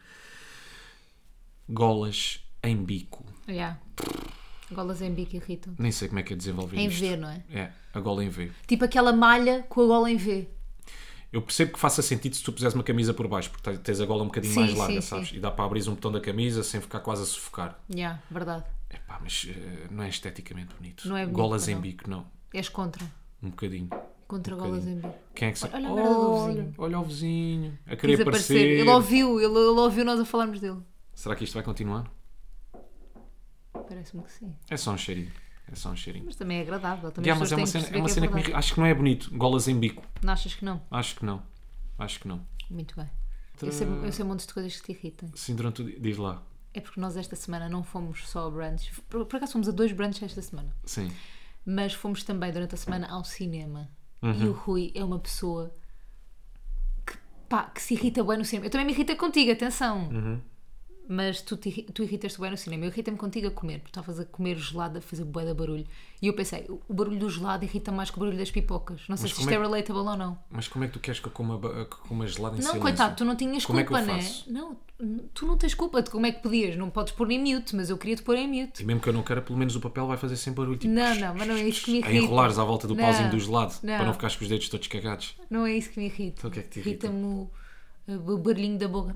S2: Golas em bico.
S1: Yeah. Golas em bico irritam.
S2: Nem sei como é que é desenvolver
S1: Em
S2: isto.
S1: V, não é?
S2: É, a gola em V.
S1: Tipo aquela malha com a gola em V.
S2: Eu percebo que faça sentido se tu puseres uma camisa por baixo, porque tens a gola um bocadinho
S1: Sim,
S2: mais larga,
S1: sim,
S2: sabes?
S1: sim.
S2: E dá para abrir um botão da camisa sem ficar quase a sufocar.
S1: Yeah, verdade.
S2: Epá, mas eh, não é esteticamente bonito.
S1: Não é bonito,
S2: Golas em
S1: não.
S2: bico, não.
S1: És contra.
S2: Um bocadinho.
S1: Contra
S2: Um
S1: golas
S2: bocadinho.
S1: em bico.
S2: Quem é que sabe?
S1: Olha a merda do
S2: olha,
S1: vizinho.
S2: olha o vizinho. A
S1: Quis
S2: querer
S1: aparecer.
S2: aparecer.
S1: Ele ouviu, ele, ele ouviu nós a falarmos dele.
S2: Será que isto vai continuar?
S1: Parece-me que sim.
S2: É só um cheirinho. É só um cheirinho.
S1: Mas também é agradável. Também
S2: Já,
S1: as
S2: mas
S1: pessoas
S2: é uma
S1: têm
S2: cena,
S1: perceber
S2: é uma
S1: que
S2: cena que me
S1: verdade.
S2: irrita. Acho que não é bonito. Golas em bico.
S1: Não achas que não?
S2: Acho que não. Acho que não.
S1: Muito bem. Eu sei, eu sei montes de coisas que te irritam.
S2: Sim, durante o dia. Diz lá.
S1: É porque nós esta semana não fomos só a brunch. Por, por acaso fomos a dois brunches esta semana.
S2: Sim.
S1: Mas fomos também durante a semana ao cinema.
S2: Uhum.
S1: E o Rui é uma pessoa que, pá, que se irrita bem no cinema. Eu também me irrita contigo, atenção.
S2: Uhum.
S1: Mas tu, te, irri- tu irritas-te bem no cinema. Eu irrita-me contigo a comer. Tu estavas a comer gelado, a fazer bué de barulho. E eu pensei, o o barulho do gelado irrita mais que o barulho das pipocas. Não sei
S2: Mas
S1: se
S2: como
S1: isto
S2: é
S1: é
S2: que-
S1: relatable ou não.
S2: Mas como é que tu queres que eu coma, ba- que coma gelado em
S1: Não,
S2: silêncio?
S1: coitado, tu não tinhas
S2: Como é que
S1: culpa,
S2: eu
S1: não é?
S2: faço?
S1: Não, tu não tens culpa de como é que podias. Não podes pôr em mute, mas eu queria te pôr em mute.
S2: E mesmo que eu não queira, pelo menos o papel vai fazer sempre barulho. Tipo,
S1: Não, não, mas não é isso que me
S2: a
S1: irrita.
S2: enrolares à volta do
S1: Não,
S2: pauzinho do gelado
S1: não.
S2: para não ficares com os dedos todos cagados.
S1: Não é isso que me irrita.
S2: Então o que é que te irrita?
S1: Irrita-me o, o barulhinho da boca.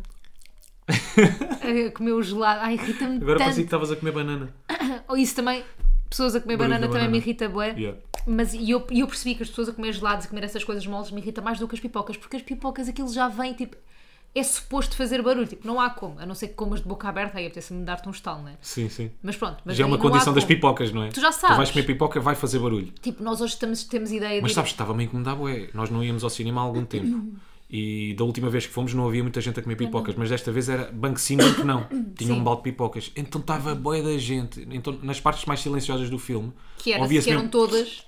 S1: A comer o gelado. Ai, irrita-me
S2: Agora parecia que
S1: tanto.
S2: estavas a comer banana.
S1: Ou isso também, pessoas a comer
S2: Barulho
S1: banana
S2: da
S1: também me
S2: banana.
S1: irrita bué.
S2: Yeah.
S1: Mas e eu, e eu percebi que as pessoas a comer gelados e comer essas coisas moles me irrita mais do que as pipocas, porque as pipocas aquilo já vem, tipo, é suposto fazer barulho, tipo, não há como, a não ser que comas de boca aberta, aí apetece-me dar-te um estalo, não é?
S2: Sim, sim.
S1: Mas pronto, mas
S2: Já é
S1: aí
S2: uma
S1: não há
S2: condição das
S1: como.
S2: pipocas, não é?
S1: Tu já
S2: Tu vais
S1: sabes.
S2: comer pipoca, vai fazer barulho.
S1: Tipo, nós hoje estamos, temos ideia
S2: Mas
S1: de...
S2: sabes, estava-me a incomodar, bué. Nós não íamos ao cinema há algum tempo. E da última vez que fomos não havia muita gente a comer pipocas, mas desta vez era banco sim, banco não. Tinha
S1: Sim.
S2: um balde de pipocas. Então estava bué da gente. Então, nas partes mais silenciosas do filme,
S1: que, era,
S2: ouvia-se
S1: que eram
S2: mesmo,
S1: todas...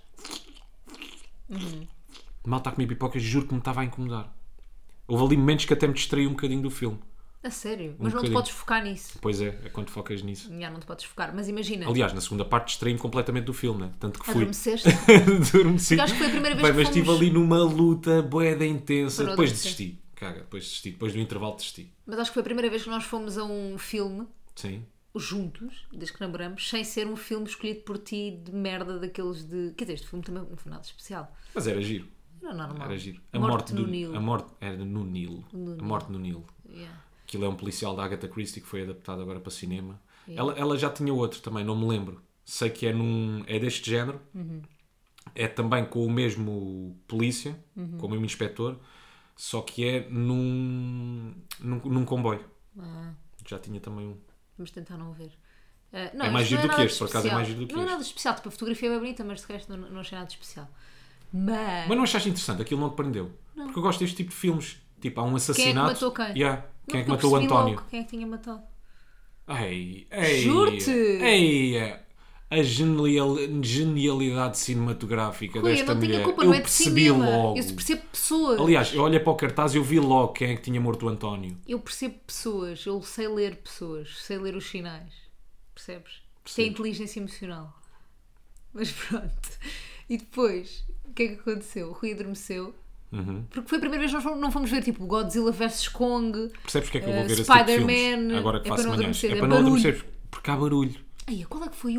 S2: mal está a comer pipocas, juro que me estava a incomodar. Houve ali momentos que até me distraí um bocadinho do filme.
S1: A sério, mas não te
S2: bocadinho.
S1: podes focar nisso.
S2: Pois é, é quando focas nisso.
S1: Já não te podes focar, mas imagina,
S2: Aliás, na segunda parte distraí-me completamente do filme, né? Tanto que fui.
S1: adormeceste.
S2: Adormeci.
S1: Porque acho que foi a primeira vez
S2: Bem,
S1: que
S2: mas estive
S1: fomos-
S2: ali numa luta boeda intensa.
S1: Para não
S2: Depois
S1: adormecer.
S2: desisti. Caga, depois desisti. Depois do intervalo desisti.
S1: Mas acho que foi a primeira vez que nós fomos a um filme
S2: Sim.
S1: juntos, desde que namoramos, sem ser um filme escolhido por ti de merda daqueles de. Quer dizer, este filme também não foi nada especial.
S2: Mas era giro.
S1: Era normal.
S2: Era giro. A
S1: Morte
S2: morte,
S1: no
S2: do
S1: Nilo.
S2: A morte era no Nilo.
S1: No
S2: a
S1: Nilo.
S2: morte no Nilo.
S1: Yeah.
S2: Aquilo é um policial da Agatha Christie que foi adaptado agora para cinema. Ela, ela já tinha outro também, não me lembro. Sei que é num é deste género.
S1: Uhum.
S2: É também com o mesmo polícia,
S1: Uhum.
S2: com o mesmo inspetor, só que é num, num, num comboio.
S1: Ah,
S2: Já tinha também um.
S1: vamos tentar não ver. Ah, não,
S2: É mais
S1: isto
S2: giro
S1: não
S2: do que
S1: nada
S2: este, por acaso é
S1: especial.
S2: mais giro do que
S1: Não é
S2: este.
S1: nada especial, tipo, a fotografia é bem bonita, mas de resto não, não achei nada especial. Mas.
S2: Mas não achaste interessante? Aquilo não te prendeu? Porque eu gosto deste tipo de filmes. Tipo, há um assassinato.
S1: matou quem?
S2: Yeah. Quem é que
S1: Não,
S2: matou o
S1: percebi
S2: António?
S1: logo quem é que tinha matado.
S2: Ei, ei,
S1: Juro-te!
S2: ei, a genial, genialidade cinematográfica
S1: Rui, eu
S2: desta
S1: não
S2: mulher.
S1: tinha culpa,
S2: eu
S1: não é de
S2: percebi
S1: cinema.
S2: logo.
S1: Eu percebo pessoas.
S2: Aliás, eu olhei para o cartaz e eu vi logo quem é que tinha morto o António.
S1: Eu percebo pessoas, eu sei ler pessoas, sei ler os sinais. Percebes? Isto é
S2: Percebo.
S1: inteligência emocional. Mas pronto. E depois, o que é que aconteceu? O Rui adormeceu.
S2: Uhum.
S1: Porque foi a primeira vez que nós fomos- não fomos ver tipo Godzilla versus Kong.
S2: Percebes porque é que eu vou
S1: Uh,
S2: ver esse tipo de
S1: Spider-Man,
S2: filmes? Agora que
S1: é
S2: faço
S1: para não
S2: manhãs.
S1: adormecer,
S2: É
S1: é
S2: para não
S1: barulho.
S2: adormecer, porque há barulho.
S1: Ai, qual é que foi o.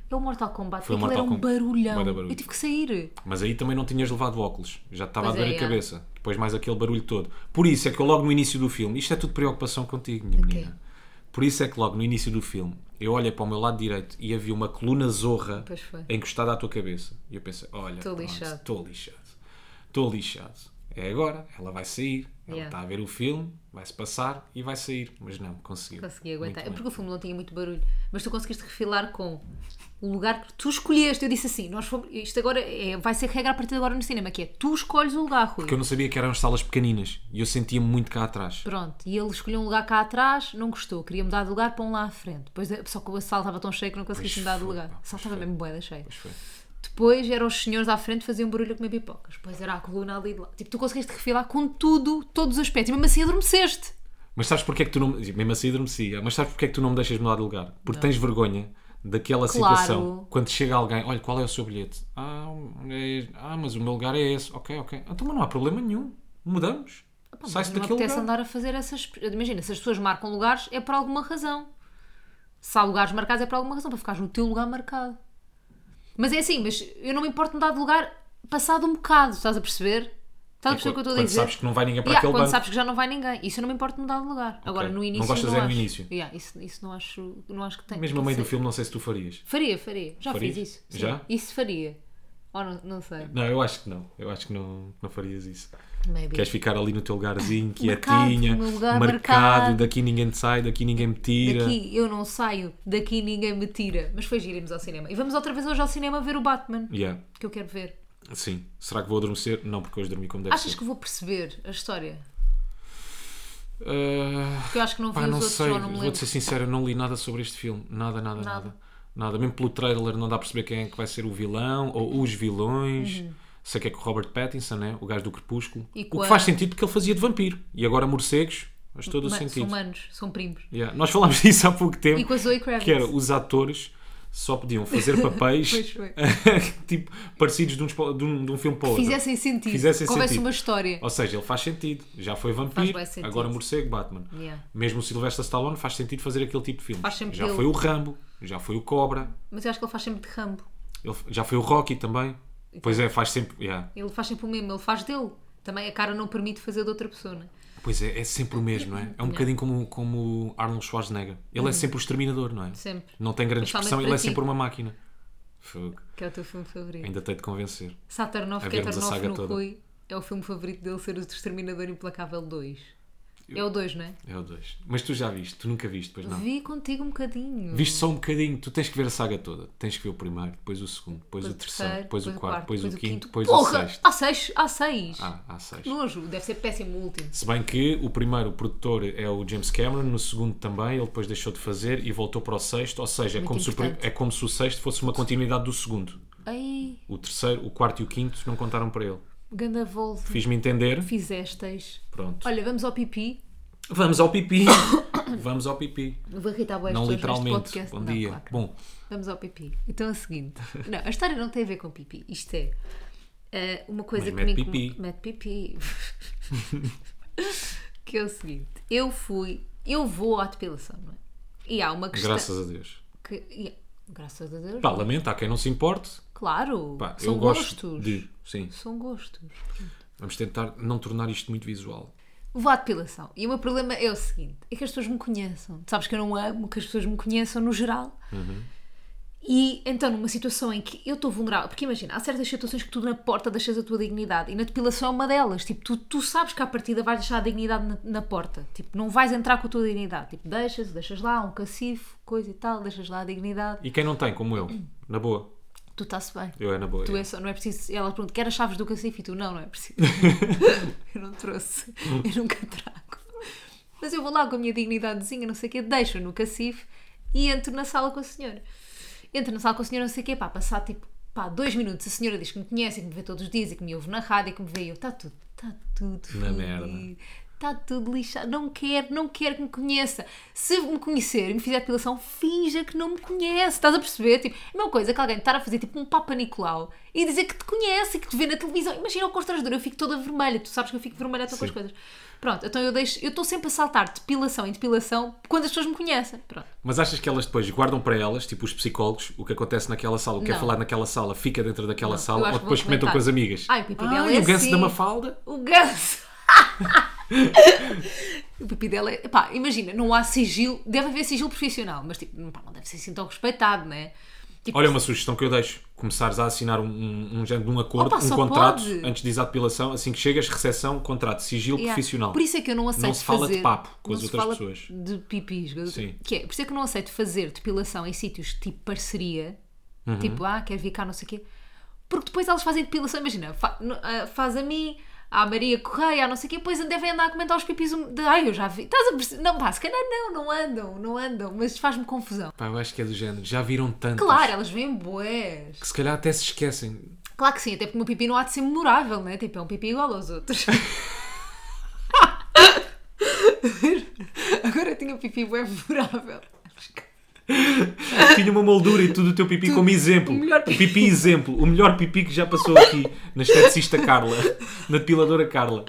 S1: É o Mortal Kombat.
S2: Foi o
S1: Aquilo era
S2: Mortal
S1: um
S2: Kombat.
S1: barulhão.
S2: Bué da barulho.
S1: Eu tive que sair.
S2: Mas aí também não tinhas levado óculos. Já te estava a
S1: Pois
S2: doer
S1: é,
S2: a
S1: é.
S2: cabeça. Depois mais aquele barulho todo. Por isso é que eu logo no início do filme... Isto é tudo preocupação contigo, minha
S1: Ok.
S2: menina. Por isso é que logo no início do filme eu olhei para o meu lado direito e havia uma coluna zorra
S1: Pois foi.
S2: encostada à tua cabeça. E eu pensei, olha,
S1: Estou
S2: pronto,
S1: lixado.
S2: Estou lixado. Estou lixado. É agora. Ela vai sair. Ela
S1: Yeah.
S2: está a ver o filme. Vai-se passar e vai sair. Mas não, conseguiu.
S1: Consegui aguentar. É
S2: Muito
S1: porque
S2: bem.
S1: o filme não tinha muito barulho. Mas tu conseguiste refilar com o lugar que tu escolheste. Eu disse assim: nós fomos, isto agora é- vai ser regra a partir de agora no cinema, que é tu escolhes o lugar, Rui.
S2: Porque eu não sabia que eram as salas pequeninas. E eu sentia-me muito cá atrás.
S1: Pronto, e ele escolheu um lugar cá atrás, não gostou, queria mudar de lugar para um lá à frente. Depois, só que a sala estava tão cheia que não conseguiste
S2: Pois
S1: mudar de
S2: foi,
S1: lugar.
S2: pá,
S1: A sala
S2: pois
S1: estava
S2: foi.
S1: mesmo boeda cheia.
S2: Pois foi.
S1: Depois eram os senhores à frente que faziam barulho a comer pipocas. Depois era a coluna ali de lá. Tipo, tu conseguiste refilar com tudo, todos os aspectos. E mesmo assim adormeceste.
S2: Mas sabes porque é que tu não... Mesmo assim adormecia. Mas sabes porque é que tu não me deixas mudar de lugar? Porque tens vergonha daquela
S1: Claro.
S2: situação. Quando chega alguém, olha, qual é o seu bilhete? Ah, é... ah, mas o meu lugar é esse. Ok, ok. Então, mas não há problema nenhum. Mudamos.
S1: Mas
S2: Sai-se
S1: não me
S2: daquele
S1: apetece
S2: lugar.
S1: andar a fazer essas... Imagina, se as pessoas marcam lugares é por alguma razão. Se há lugares marcados é por alguma razão, para ficares no teu lugar marcado. Mas é assim, mas eu não me importo de mudar de lugar passado um bocado, estás a perceber? Estás a perceber o que eu estou a
S2: Quando
S1: dizer?
S2: sabes que não vai ninguém para
S1: Yeah,
S2: aquele
S1: quando
S2: banco.
S1: sabes que já não vai ninguém. Isso eu não me importo de mudar de lugar. Agora, no início.
S2: gostas é no
S1: acho.
S2: início?
S1: Yeah, isso, isso não acho, não acho que tem.
S2: Mesmo
S1: que
S2: a meio do
S1: ser.
S2: filme, não sei se tu farias.
S1: Faria, faria. Já
S2: Farias?
S1: fiz isso. sim.
S2: Já?
S1: Isso faria. Ou não, não sei.
S2: Não, eu acho que não. Eu acho que não, não farias isso.
S1: Maybe.
S2: Queres ficar ali no teu lugarzinho,
S1: Marcado,
S2: quietinha,
S1: no meu lugar
S2: marcado,
S1: marcado.
S2: daqui ninguém te sai, daqui ninguém me tira.
S1: Daqui eu não saio, daqui ninguém me tira. Mas foi giro irmos ao cinema. E vamos outra vez hoje ao cinema ver o Batman.
S2: Yeah.
S1: Que eu quero ver.
S2: Sim. Será que vou adormecer? Não, porque hoje dormi como deve
S1: Achas
S2: ser.
S1: que vou perceber a história?
S2: Ah,
S1: Porque eu acho que não vi
S2: pá,
S1: os
S2: não
S1: outros,
S2: sei.
S1: já não me
S2: Vou-te
S1: lembro.
S2: ser sincero, eu não li nada sobre este filme. Nada, nada,
S1: Nada.
S2: nada. Nada. Mesmo pelo trailer não dá a perceber quem é que vai ser o vilão ou os vilões. Sei que é com o Robert Pattinson, né? O gajo do Crepúsculo.
S1: Uhum. E
S2: O
S1: com
S2: que
S1: a-
S2: faz sentido porque ele fazia de vampiro. E agora morcegos, faz todo o
S1: Ma-
S2: sentido.
S1: São humanos, são primos.
S2: Yeah. Nós falámos disso há pouco tempo.
S1: E com a Zoe Kravitz.
S2: Que era, os atores só podiam fazer papéis
S1: Pois foi.
S2: tipo, parecidos de um, espo- de, um, de um filme para o outro.
S1: Fizessem sentido.
S2: Fizessem
S1: que houvesse
S2: sentido.
S1: uma história.
S2: Ou seja, ele faz sentido. Já foi
S1: Faz
S2: vampiro,
S1: bué sentido.
S2: agora morcego, Batman.
S1: Yeah.
S2: Mesmo o Sylvester Stallone faz sentido fazer aquele tipo de filme.
S1: Faz sempre
S2: Já
S1: ele.
S2: foi o Rambo, já foi o Cobra,
S1: Mas eu acho que ele faz sempre de Rambo.
S2: ele- já foi o Rocky também. Pois é, faz sempre. yeah.
S1: Ele faz sempre o mesmo, ele faz dele. Também a cara não permite fazer de outra pessoa, não é?
S2: Pois é, é sempre o mesmo, não é? É um bocadinho como, como o Arnold Schwarzenegger. Ele é sempre o exterminador, não é?
S1: Sempre.
S2: Não tem grande
S1: Principalmente
S2: expressão, ele
S1: para
S2: é
S1: ti.
S2: sempre uma máquina. Fogo.
S1: Que é o teu filme favorito.
S2: Ainda tenho de convencer.
S1: Saturn
S2: A
S1: of
S2: vermos a
S1: Caturn
S2: saga
S1: no
S2: toda.
S1: Rui é o filme favorito dele ser o Exterminador Implacável dois. É o dois, não é?
S2: É o dois. Mas tu já viste, tu nunca viste, pois não?
S1: Vi contigo um bocadinho.
S2: Viste só um bocadinho, tu tens que ver a saga toda. Tens que ver o primeiro, depois o segundo, depois, o terceiro, depois o quarto, depois o quinto, depois o
S1: Porra!
S2: sexto.
S1: Há seis! Há seis!
S2: Ah, há seis.
S1: Nojo, deve ser péssimo o último.
S2: Se bem que o primeiro, o produtor, é o James Cameron, no segundo também, ele depois deixou de fazer e voltou para o sexto, ou seja, é
S1: Muito
S2: como, se o, pri-
S1: importante.
S2: é como se o sexto fosse uma continuidade do segundo.
S1: Ai,
S2: O terceiro, o quarto e o quinto não contaram para ele.
S1: ganda volta.
S2: Fiz-me entender.
S1: Fizestes.
S2: Pronto.
S1: Olha, vamos ao pipi.
S2: Vamos ao pipi. Vamos ao pipi.
S1: Eu vou irritar bué as
S2: Não
S1: pessoas
S2: literalmente.
S1: neste podcast.
S2: Bom
S1: Não,
S2: dia.
S1: claro que
S2: Bom,
S1: Vamos ao pipi. Então é o seguinte. Não, a história não tem a ver com pipi. Isto é eh, uma coisa
S2: Mas
S1: que
S2: mete
S1: me incomo-
S2: pipi.
S1: Mete pipi. Que é o seguinte. Eu fui... Eu vou à depilação, não é? E há uma questão...
S2: graças a Deus.
S1: Que, e- graças a Deus.
S2: Pá, lamento, há quem não se importe.
S1: Claro.
S2: Pá,
S1: são
S2: eu
S1: gostos.
S2: gosto de. Sim.
S1: São gostos.
S2: Vamos tentar não tornar isto muito visual.
S1: Vou à depilação. E o meu problema é o seguinte: é que as pessoas me conheçam. Tu sabes que eu não amo que as pessoas me conheçam no geral. E então, numa situação em que eu estou vulnerável, porque imagina, há certas situações que tu na porta deixas a tua dignidade e na depilação é uma delas. Tipo, tu, tu sabes que à partida vais deixar a dignidade na, na porta. Tipo, não vais entrar com a tua dignidade. Tipo, deixas, deixas lá um cacifo, coisa e tal, deixas lá a dignidade.
S2: E quem não tem, como eu, na boa.
S1: Tu está-se bem.
S2: Eu é na boa.
S1: Tu
S2: é.
S1: é só, não é preciso. Ela pergunta: quer as chaves do cacifo? E tu: não, não é preciso. Eu não trouxe. Eu nunca trago. Mas eu vou lá com a minha dignidadezinha, não sei o quê, deixo no cacifo e entro na sala com a senhora. Entro na sala com a senhora, não sei o quê, pá, passar tipo, pá, dois minutos. A senhora diz que me conhece e que me vê todos os dias e que me ouve na rádio e que me vê e eu: está tudo, está tudo.
S2: Na
S1: fodido.
S2: merda.
S1: está tudo lixado, não quero, não quero que me conheça. Se me conhecer e me fizer depilação, finja que não me conhece, estás a perceber? Tipo, é a mesma coisa que alguém estar a fazer tipo um Papa Nicolau e dizer que te conhece e que te vê na televisão. Imagina o constrangedor, eu fico toda vermelha, tu sabes que eu fico vermelha até com as coisas. Pronto, então eu deixo, eu estou sempre a saltar depilação em depilação quando as pessoas me conhecem. Pronto.
S2: Mas achas que elas depois guardam para elas, tipo os psicólogos, o que acontece naquela sala, o que quer
S1: Não.
S2: falar naquela sala, fica dentro daquela
S1: Não, eu
S2: sala,
S1: acho
S2: ou
S1: que
S2: depois
S1: vou
S2: comentam
S1: comentar.
S2: com as amigas?
S1: Ai, o pipi
S2: Ah,
S1: dela
S2: e
S1: é
S2: o ganso
S1: assim.
S2: da Mafalda?
S1: O ganso. O pipi dela é... Pá, imagina, não há sigilo... Deve haver sigilo profissional, mas tipo, pá, não deve ser assim tão respeitado, não é? Tipo,
S2: Olha uma sugestão que eu deixo. Começares a assinar um, um, um género de um acordo,
S1: Opa,
S2: um
S1: só
S2: contrato,
S1: pode.
S2: antes de ir à depilação, assim que chegas, recepção, contrato, sigilo
S1: yeah.
S2: profissional.
S1: Por isso é que eu não aceito
S2: Não se fala
S1: fazer...
S2: de papo com
S1: não
S2: as
S1: se
S2: outras
S1: fala
S2: pessoas.
S1: de pipis.
S2: Sim.
S1: Que é, por isso é que eu não aceito fazer depilação em sítios tipo parceria,
S2: Uhum.
S1: tipo, ah, quero vir cá, não sei o quê, porque depois elas fazem depilação, imagina, fa- no- ah, faz a mim, à Maria Correia, à não sei o quê, depois devem andar a comentar os pipis um- de, ai, eu já vi, estás a perceber? Não, pá, se calhar não, não andam, não andam, mas faz-me confusão.
S2: Pá, eu acho que é do género. Já viram tantos
S1: Claro, elas veem bués.
S2: que se calhar até se esquecem.
S1: Claro que sim, até porque o meu pipi não há de ser memorável, né? Tipo, é um pipi igual aos outros. Agora eu tinha um pipi bué memorável.
S2: Tinha uma moldura e tudo o teu pipi como exemplo.
S1: o melhor
S2: O pipi exemplo. O melhor pipi que já passou aqui na esteticista Carla. Na depiladora Carla.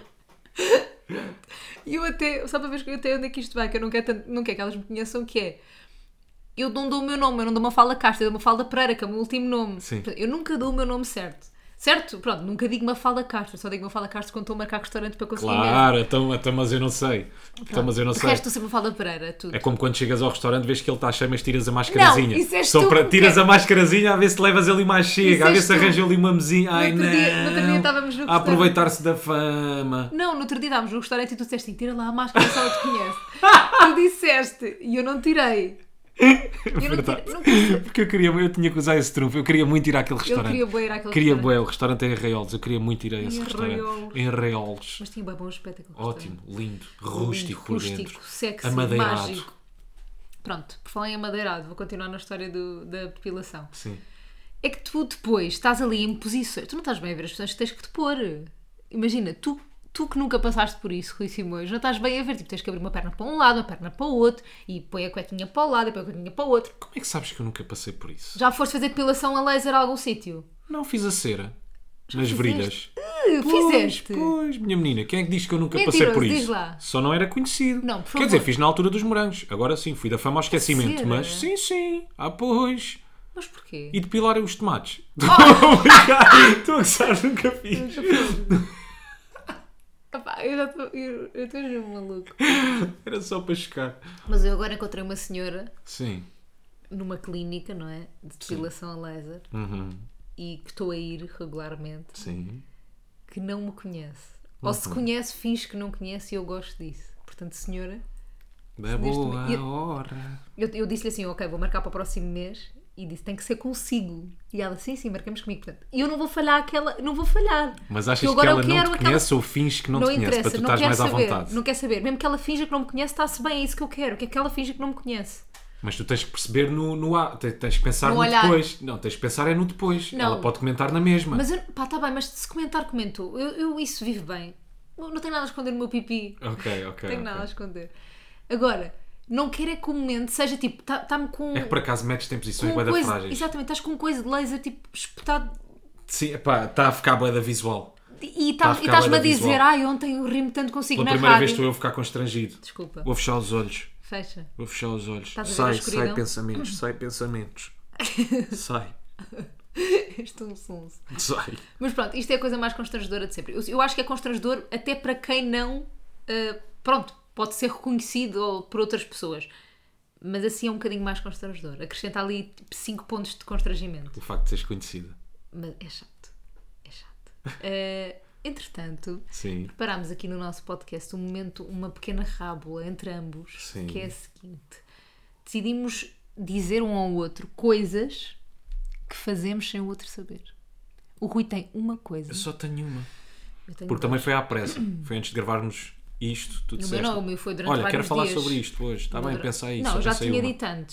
S1: E eu até, só para ver que eu até onde é que isto vai, que eu não quero, tanto, não quero que elas me conheçam, que é... Eu não dou o meu nome, eu não dou uma Mafalda Castro, eu dou uma Mafalda Pereira, que é o meu último nome.
S2: Sim.
S1: Eu nunca dou o meu nome certo. Certo? Pronto, nunca digo Mafalda Castro, só digo Mafalda Castro quando estou a marcar restaurante para conseguir mesmo.
S2: Claro, então, então, mas eu não sei. Então, mas eu não
S1: De
S2: sei.
S1: resto, estou sempre Mafalda Pereira, tudo.
S2: É como quando chegas ao restaurante, vês que ele está cheio, mas tiras a mascarazinha.
S1: Não, isso és
S2: Só
S1: tu
S2: para
S1: que
S2: tiras
S1: quer-
S2: a mascarazinha a ver se levas ali mais chega,
S1: Isso
S2: a ver
S1: és
S2: se
S1: tu.
S2: arranja ali uma mesinha. Ai
S1: outro
S2: não!
S1: dia- no outro dia estávamos no
S2: a
S1: restaurante.
S2: aproveitar-se da fama.
S1: Não, no outro dia estávamos no restaurante e tu disseste assim, tira lá a máscara, só eu te conheço. Tu disseste, e eu não tirei. Eu não
S2: Verdade.
S1: tirei, não quero-
S2: Porque eu queria, eu tinha que usar esse trunfo. Eu queria muito ir àquele
S1: Eu
S2: restaurante.
S1: queria bué ir àquele
S2: Queria
S1: restaurante.
S2: bué, o restaurante em Arraiolos. Eu queria muito ir a esse
S1: Em
S2: restaurante.
S1: Arraiolos.
S2: Em Arraiolos.
S1: Mas tinha bem bom aspecto aquele
S2: Ótimo,
S1: restaurante.
S2: lindo, rústico por
S1: rústico,
S2: dentro.
S1: sexy,
S2: Amadeirado.
S1: mágico. Pronto, por falar em amadeirado, vou continuar na história do- da depilação.
S2: Sim.
S1: É que tu depois estás ali em posições, tu não estás bem a ver as pessoas que tens que te pôr. Imagina, tu, tu que nunca passaste por isso, Rui Simões, não estás bem a ver, tipo, tens que abrir uma perna para um lado, uma perna para o outro, e põe a cuequinha para o lado, e põe a cuequinha para o outro.
S2: Como é que sabes que eu nunca passei por isso?
S1: Já foste fazer depilação a laser a algum sítio?
S2: Não fiz a cera. nas
S1: fizeste?
S2: virilhas.
S1: Uh,
S2: Pois,
S1: fizeste?
S2: pois, minha menina, quem é que diz que eu nunca
S1: Mentiroso,
S2: passei por
S1: diz
S2: isso?
S1: lá.
S2: Só não era conhecido.
S1: Não, por
S2: Quer dizer,
S1: favor.
S2: fiz na altura dos morangos. Agora sim, fui da fama ao esquecimento.
S1: Sério?
S2: Mas sim, sim. Ah, pois.
S1: Mas porquê?
S2: E depilar os tomates. Estou a brincar. Estou a gostar, nunca fiz.
S1: Epá, eu já estou. Eu eu estou mesmo maluco.
S2: Era só para chocar.
S1: Mas eu agora encontrei uma senhora
S2: Sim.
S1: numa clínica, não é? De depilação a laser
S2: Uhum.
S1: e que estou a ir regularmente,
S2: Sim.
S1: que não me conhece. Ou se conhece, finge que não conhece e eu gosto disso. Portanto, senhora,
S2: Da
S1: Neste
S2: boa
S1: momento- eu-
S2: hora.
S1: eu, eu disse-lhe assim: ok, vou marcar para o próximo mês. E disse: tem que ser consigo. E ela: sim, sim, marcamos comigo. Portanto, eu não vou falhar aquela. Não vou falhar.
S2: Mas achas
S1: Eu
S2: que
S1: agora
S2: ela
S1: eu
S2: não
S1: quero
S2: te
S1: aquela-
S2: conhece ou finge que não, te conhece?
S1: interessa,
S2: Para tu
S1: não
S2: estás
S1: quero
S2: mais à
S1: saber.
S2: vontade.
S1: Não quer saber. Mesmo que ela finja que não me conhece, está-se bem. É isso que eu quero. Que é que ela finja que não me conhece.
S2: Mas tu tens que perceber no, no a- te- tens que pensar
S1: No
S2: no,
S1: olhar.
S2: depois. Não, tens que pensar é no depois.
S1: Não.
S2: Ela pode comentar na mesma.
S1: Mas eu, pá, está bem, mas se comentar, comentou. Eu, eu isso vivo bem. Não, não tenho nada a esconder no meu pipi.
S2: Ok, ok.
S1: Não tenho
S2: ok.
S1: nada a esconder. Agora, não quero é que o momento seja tipo, está-me com.
S2: É que por acaso metes-te em posições
S1: com
S2: bué da
S1: coisa,
S2: frágeis.
S1: exatamente, estás com coisa de laser tipo espetado.
S2: Sim, epá, está a ficar bué da visual.
S1: E
S2: Tá a
S1: tá- e
S2: ficar
S1: estás-me
S2: bué
S1: a
S2: da
S1: dizer,
S2: visual.
S1: ai, ontem eu ri-me tanto consigo
S2: Pela
S1: na
S2: primeira
S1: rádio.
S2: vez estou eu a ficar constrangido.
S1: Desculpa,
S2: Vou fechar os olhos.
S1: fecha.
S2: Vou fechar os olhos.
S1: Estás a ver a
S2: Sai,
S1: escuridão?
S2: sai pensamentos, sai pensamentos. Sai,
S1: Este é um sonso.
S2: sai.
S1: Mas pronto, isto é a coisa mais constrangedora de sempre. Eu, eu acho que é constrangedor até para quem não, ah, pronto, pode ser reconhecido ou por outras pessoas. Mas assim é um bocadinho mais constrangedor. Acrescenta ali cinco pontos de constrangimento.
S2: O facto de seres conhecida.
S1: Mas é chato. É chato. Ah, entretanto,
S2: Sim.
S1: preparámos aqui no nosso podcast um momento, uma pequena rábula entre ambos,
S2: Sim.
S1: que é a seguinte. Decidimos dizer um ao outro coisas que fazemos sem o outro saber. O Rui tem uma coisa.
S2: Eu só tenho uma.
S1: Eu tenho
S2: Porque
S1: duas.
S2: também foi à pressa. Foi antes de gravarmos isto. Tu
S1: No
S2: disseste,
S1: meu não, o meu foi durante
S2: olha,
S1: vários
S2: quero falar
S1: dias.
S2: sobre isto hoje. Está bem,
S1: Dura-
S2: pensa aí.
S1: Não,
S2: só
S1: eu já
S2: pensei
S1: tinha
S2: uma.
S1: dito antes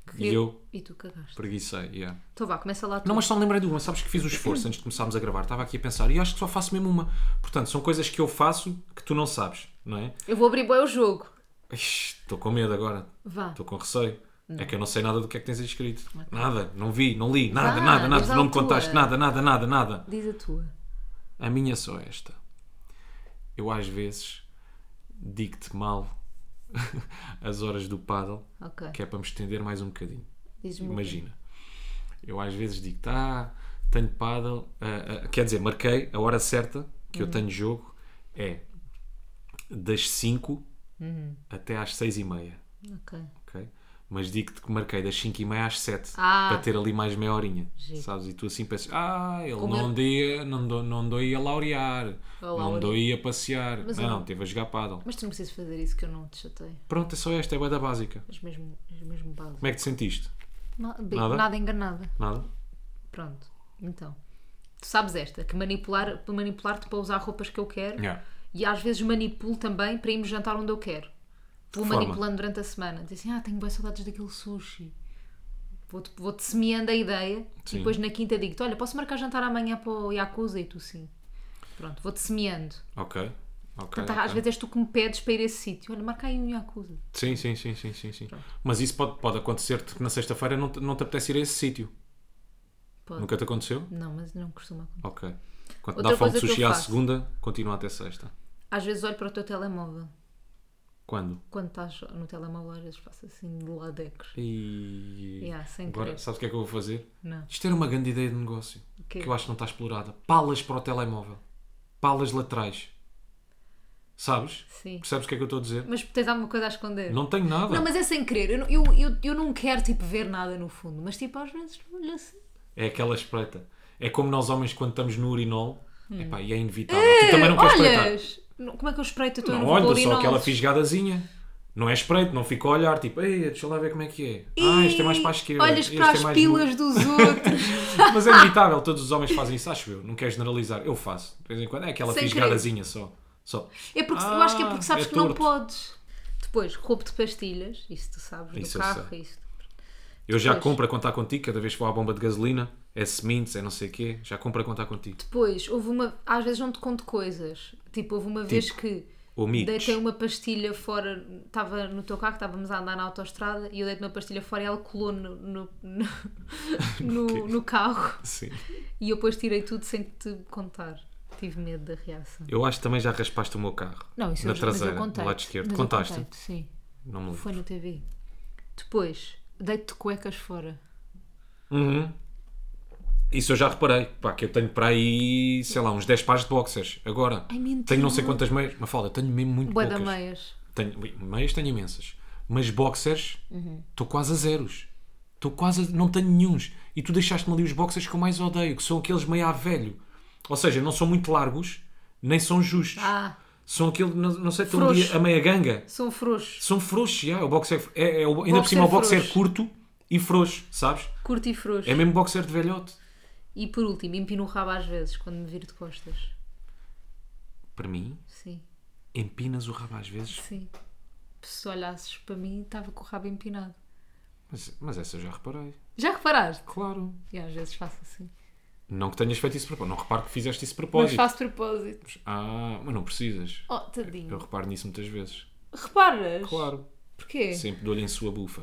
S2: E eu
S1: E tu cagaste.
S2: preguicei, yeah.
S1: Então vá, começa lá tu.
S2: Não, mas só me lembrei de uma. Sabes que fiz o esforço antes de começarmos a gravar. Estava aqui a pensar e acho que só faço mesmo uma. Portanto, são coisas que eu faço que tu não sabes, não é?
S1: Eu vou abrir bem o jogo.
S2: Ixi, Estou com medo agora.
S1: Vá.
S2: Estou com receio. É que eu não sei nada do que é que tens aí escrito. Nada. Não vi, não li. Nada,
S1: Vá,
S2: nada, nada.
S1: diz lá
S2: Não
S1: a
S2: me contaste
S1: tua.
S2: nada, nada, nada, nada.
S1: Diz a tua.
S2: A minha é só esta. Eu às vezes digo-te mal as horas do paddle,
S1: Ok.
S2: que é para me estender mais um bocadinho.
S1: Diz-me o
S2: Imagina. Eu às vezes digo-te, ah, tenho paddle. ah, ah, quer dizer, marquei a hora certa que eu tenho jogo é das cinco até às seis e meia.
S1: Ok.
S2: Ok? Mas digo-te que marquei das cinco e meia às sete
S1: Ah.
S2: para ter ali mais meia horinha.
S1: Giro.
S2: Sabes? E tu assim pensas, ah, ele
S1: Como
S2: não
S1: eu-
S2: andou, não, andou, não andou aí a laurear,
S1: A
S2: não
S1: laurear.
S2: andou aí a passear.
S1: Mas
S2: não,
S1: eu
S2: não,
S1: não-
S2: teve a jogar paddle.
S1: Mas tu não precisas fazer isso que eu não te chatei.
S2: Pronto, é só esta, é bué da básica.
S1: Mas mesmo, mas mesmo básico.
S2: Como é que te sentiste?
S1: Na- bem,
S2: Nada?
S1: nada enganada.
S2: Nada?
S1: Pronto. Então. Tu sabes esta, que manipular, manipular-te para usar roupas que eu quero.
S2: Yeah.
S1: E às vezes manipulo também para irmos jantar onde eu quero. Vou
S2: forma?
S1: manipulando durante a semana. Diz assim, ah, tenho boas saudades daquele sushi. Vou-te vou-te semeando a ideia.
S2: Sim.
S1: E depois na quinta digo-te, olha, posso marcar jantar amanhã para o Yakuza? E tu sim. Pronto, vou-te semeando.
S2: Ok. Ok.
S1: Portanto,
S2: ok.
S1: às vezes és tu que me pedes para ir a esse sítio. Olha, marca aí um Yakuza.
S2: Sim, sim, sim, sim, sim, sim. Mas isso pode, pode acontecer-te que na sexta-feira não te, não te apetece ir a esse sítio.
S1: Pode.
S2: Nunca te aconteceu?
S1: Não, mas não costuma acontecer.
S2: Ok. Quando
S1: Outra
S2: dá fome de
S1: coisa que
S2: sushi
S1: eu
S2: à
S1: faço.
S2: segunda, continua até sexta.
S1: Às vezes olho para o teu telemóvel.
S2: Quando?
S1: Quando estás no telemóvel, às vezes faço assim de ladecos.
S2: E...
S1: Yeah, sem
S2: Agora,
S1: querer.
S2: sabes o que é que eu vou fazer?
S1: Não.
S2: Isto era uma grande ideia de negócio.
S1: quê?
S2: Que eu acho que não está explorada. Palas para o telemóvel. Palas laterais. Sabes?
S1: Sim.
S2: Percebes o que é que eu estou a dizer?
S1: Mas tens alguma coisa a esconder?
S2: Não tenho nada.
S1: Não, mas é sem querer. Eu, não- eu, eu, eu não quero tipo, ver nada no fundo. Mas tipo, às vezes olha assim.
S2: É aquela espreita. É como nós homens quando estamos no urinol.
S1: Hum.
S2: Epá, e é inevitável. Tu também não queres espreitar.
S1: Olhas! Não- Como é que eu espreito? Eu estou
S2: Não,
S1: no vou
S2: olha,
S1: para o
S2: só
S1: urinol.
S2: aquela fisgadazinha. Não é espreito, não fica a olhar. Tipo, ei, deixa lá ver como é que é. Ah, este é mais para a esquerda.
S1: Olhas
S2: este
S1: para
S2: é
S1: as
S2: mais
S1: pilas
S2: no-
S1: dos outros.
S2: Mas é inevitável, todos os homens fazem isso, acho eu. Não quero generalizar. Eu faço. De vez em quando é aquela
S1: Sem
S2: fisgadazinha só. só.
S1: É porque, eu
S2: Ah,
S1: acho que é porque sabes
S2: é
S1: que não
S2: torto.
S1: podes. Depois, roubo de pastilhas. Isso tu sabes.
S2: Isso
S1: No
S2: eu
S1: carro.
S2: sei.
S1: Isso.
S2: Eu já
S1: Pois.
S2: compro a contar contigo, cada vez que vou à bomba de gasolina. É sementes, é não sei o quê. Já compro a contar contigo.
S1: Depois, houve uma... Às vezes não te conto coisas. Tipo, houve uma vez que...
S2: Ou mitos.
S1: Deitei uma pastilha fora, estava no teu carro, estávamos a andar na autoestrada e eu deitei uma pastilha fora e ela colou no, no, no, no- no carro
S2: Sim.
S1: e eu depois tirei tudo sem te contar. Tive medo da reação.
S2: Eu acho que também já raspaste o meu carro.
S1: Não, isso
S2: na
S1: eu,
S2: traseira,
S1: mas eu contei.
S2: no lado esquerdo.
S1: Mas eu
S2: Contaste?
S1: contei-te, sim.
S2: Não me lembro.
S1: Foi no T V. Depois, deito-te cuecas fora.
S2: Uhum. Isso eu já reparei. Pá, que eu tenho para aí, sei lá, uns dez pares de boxers. Agora,
S1: Ai, mentira.
S2: tenho não sei quantas meias. Mafalda, tenho mesmo muito
S1: Bué da
S2: poucas.
S1: meias.
S2: Tenho, meias tenho imensas. Mas boxers,
S1: Uhum.
S2: estou quase a zeros. Estou quase a, não tenho nenhuns. E tu deixaste-me ali os boxers que eu mais odeio, que são aqueles meio a velho. Ou seja, não são muito largos, nem são justos.
S1: Ah,
S2: São aquele, não, não sei, estão
S1: Frouxo.
S2: ali a meia ganga.
S1: são frouxos.
S2: São frouxos, já. O boxer é, é, o- ainda por
S1: Boxer
S2: cima o boxer
S1: frouxo.
S2: curto e frouxo, sabes?
S1: Curto e frouxo.
S2: É mesmo boxer de velhote.
S1: E por último, empino o rabo às vezes, quando me viro de costas.
S2: Para mim,
S1: Sim,
S2: empinas o rabo às vezes.
S1: sim. Se olhasses para mim, estava com o rabo empinado.
S2: Mas, mas essa eu já reparei.
S1: Já reparaste?
S2: Claro.
S1: E às vezes faço assim.
S2: Não que tenhas feito isso de propósito. Não reparo que fizeste isso de
S1: Mas
S2: propósito.
S1: faço de propósito.
S2: Ah, mas não precisas.
S1: Oh, tadinho.
S2: Eu reparo nisso muitas vezes.
S1: Reparas?
S2: Claro.
S1: Porquê?
S2: Sempre dou-lhe em sua bufa.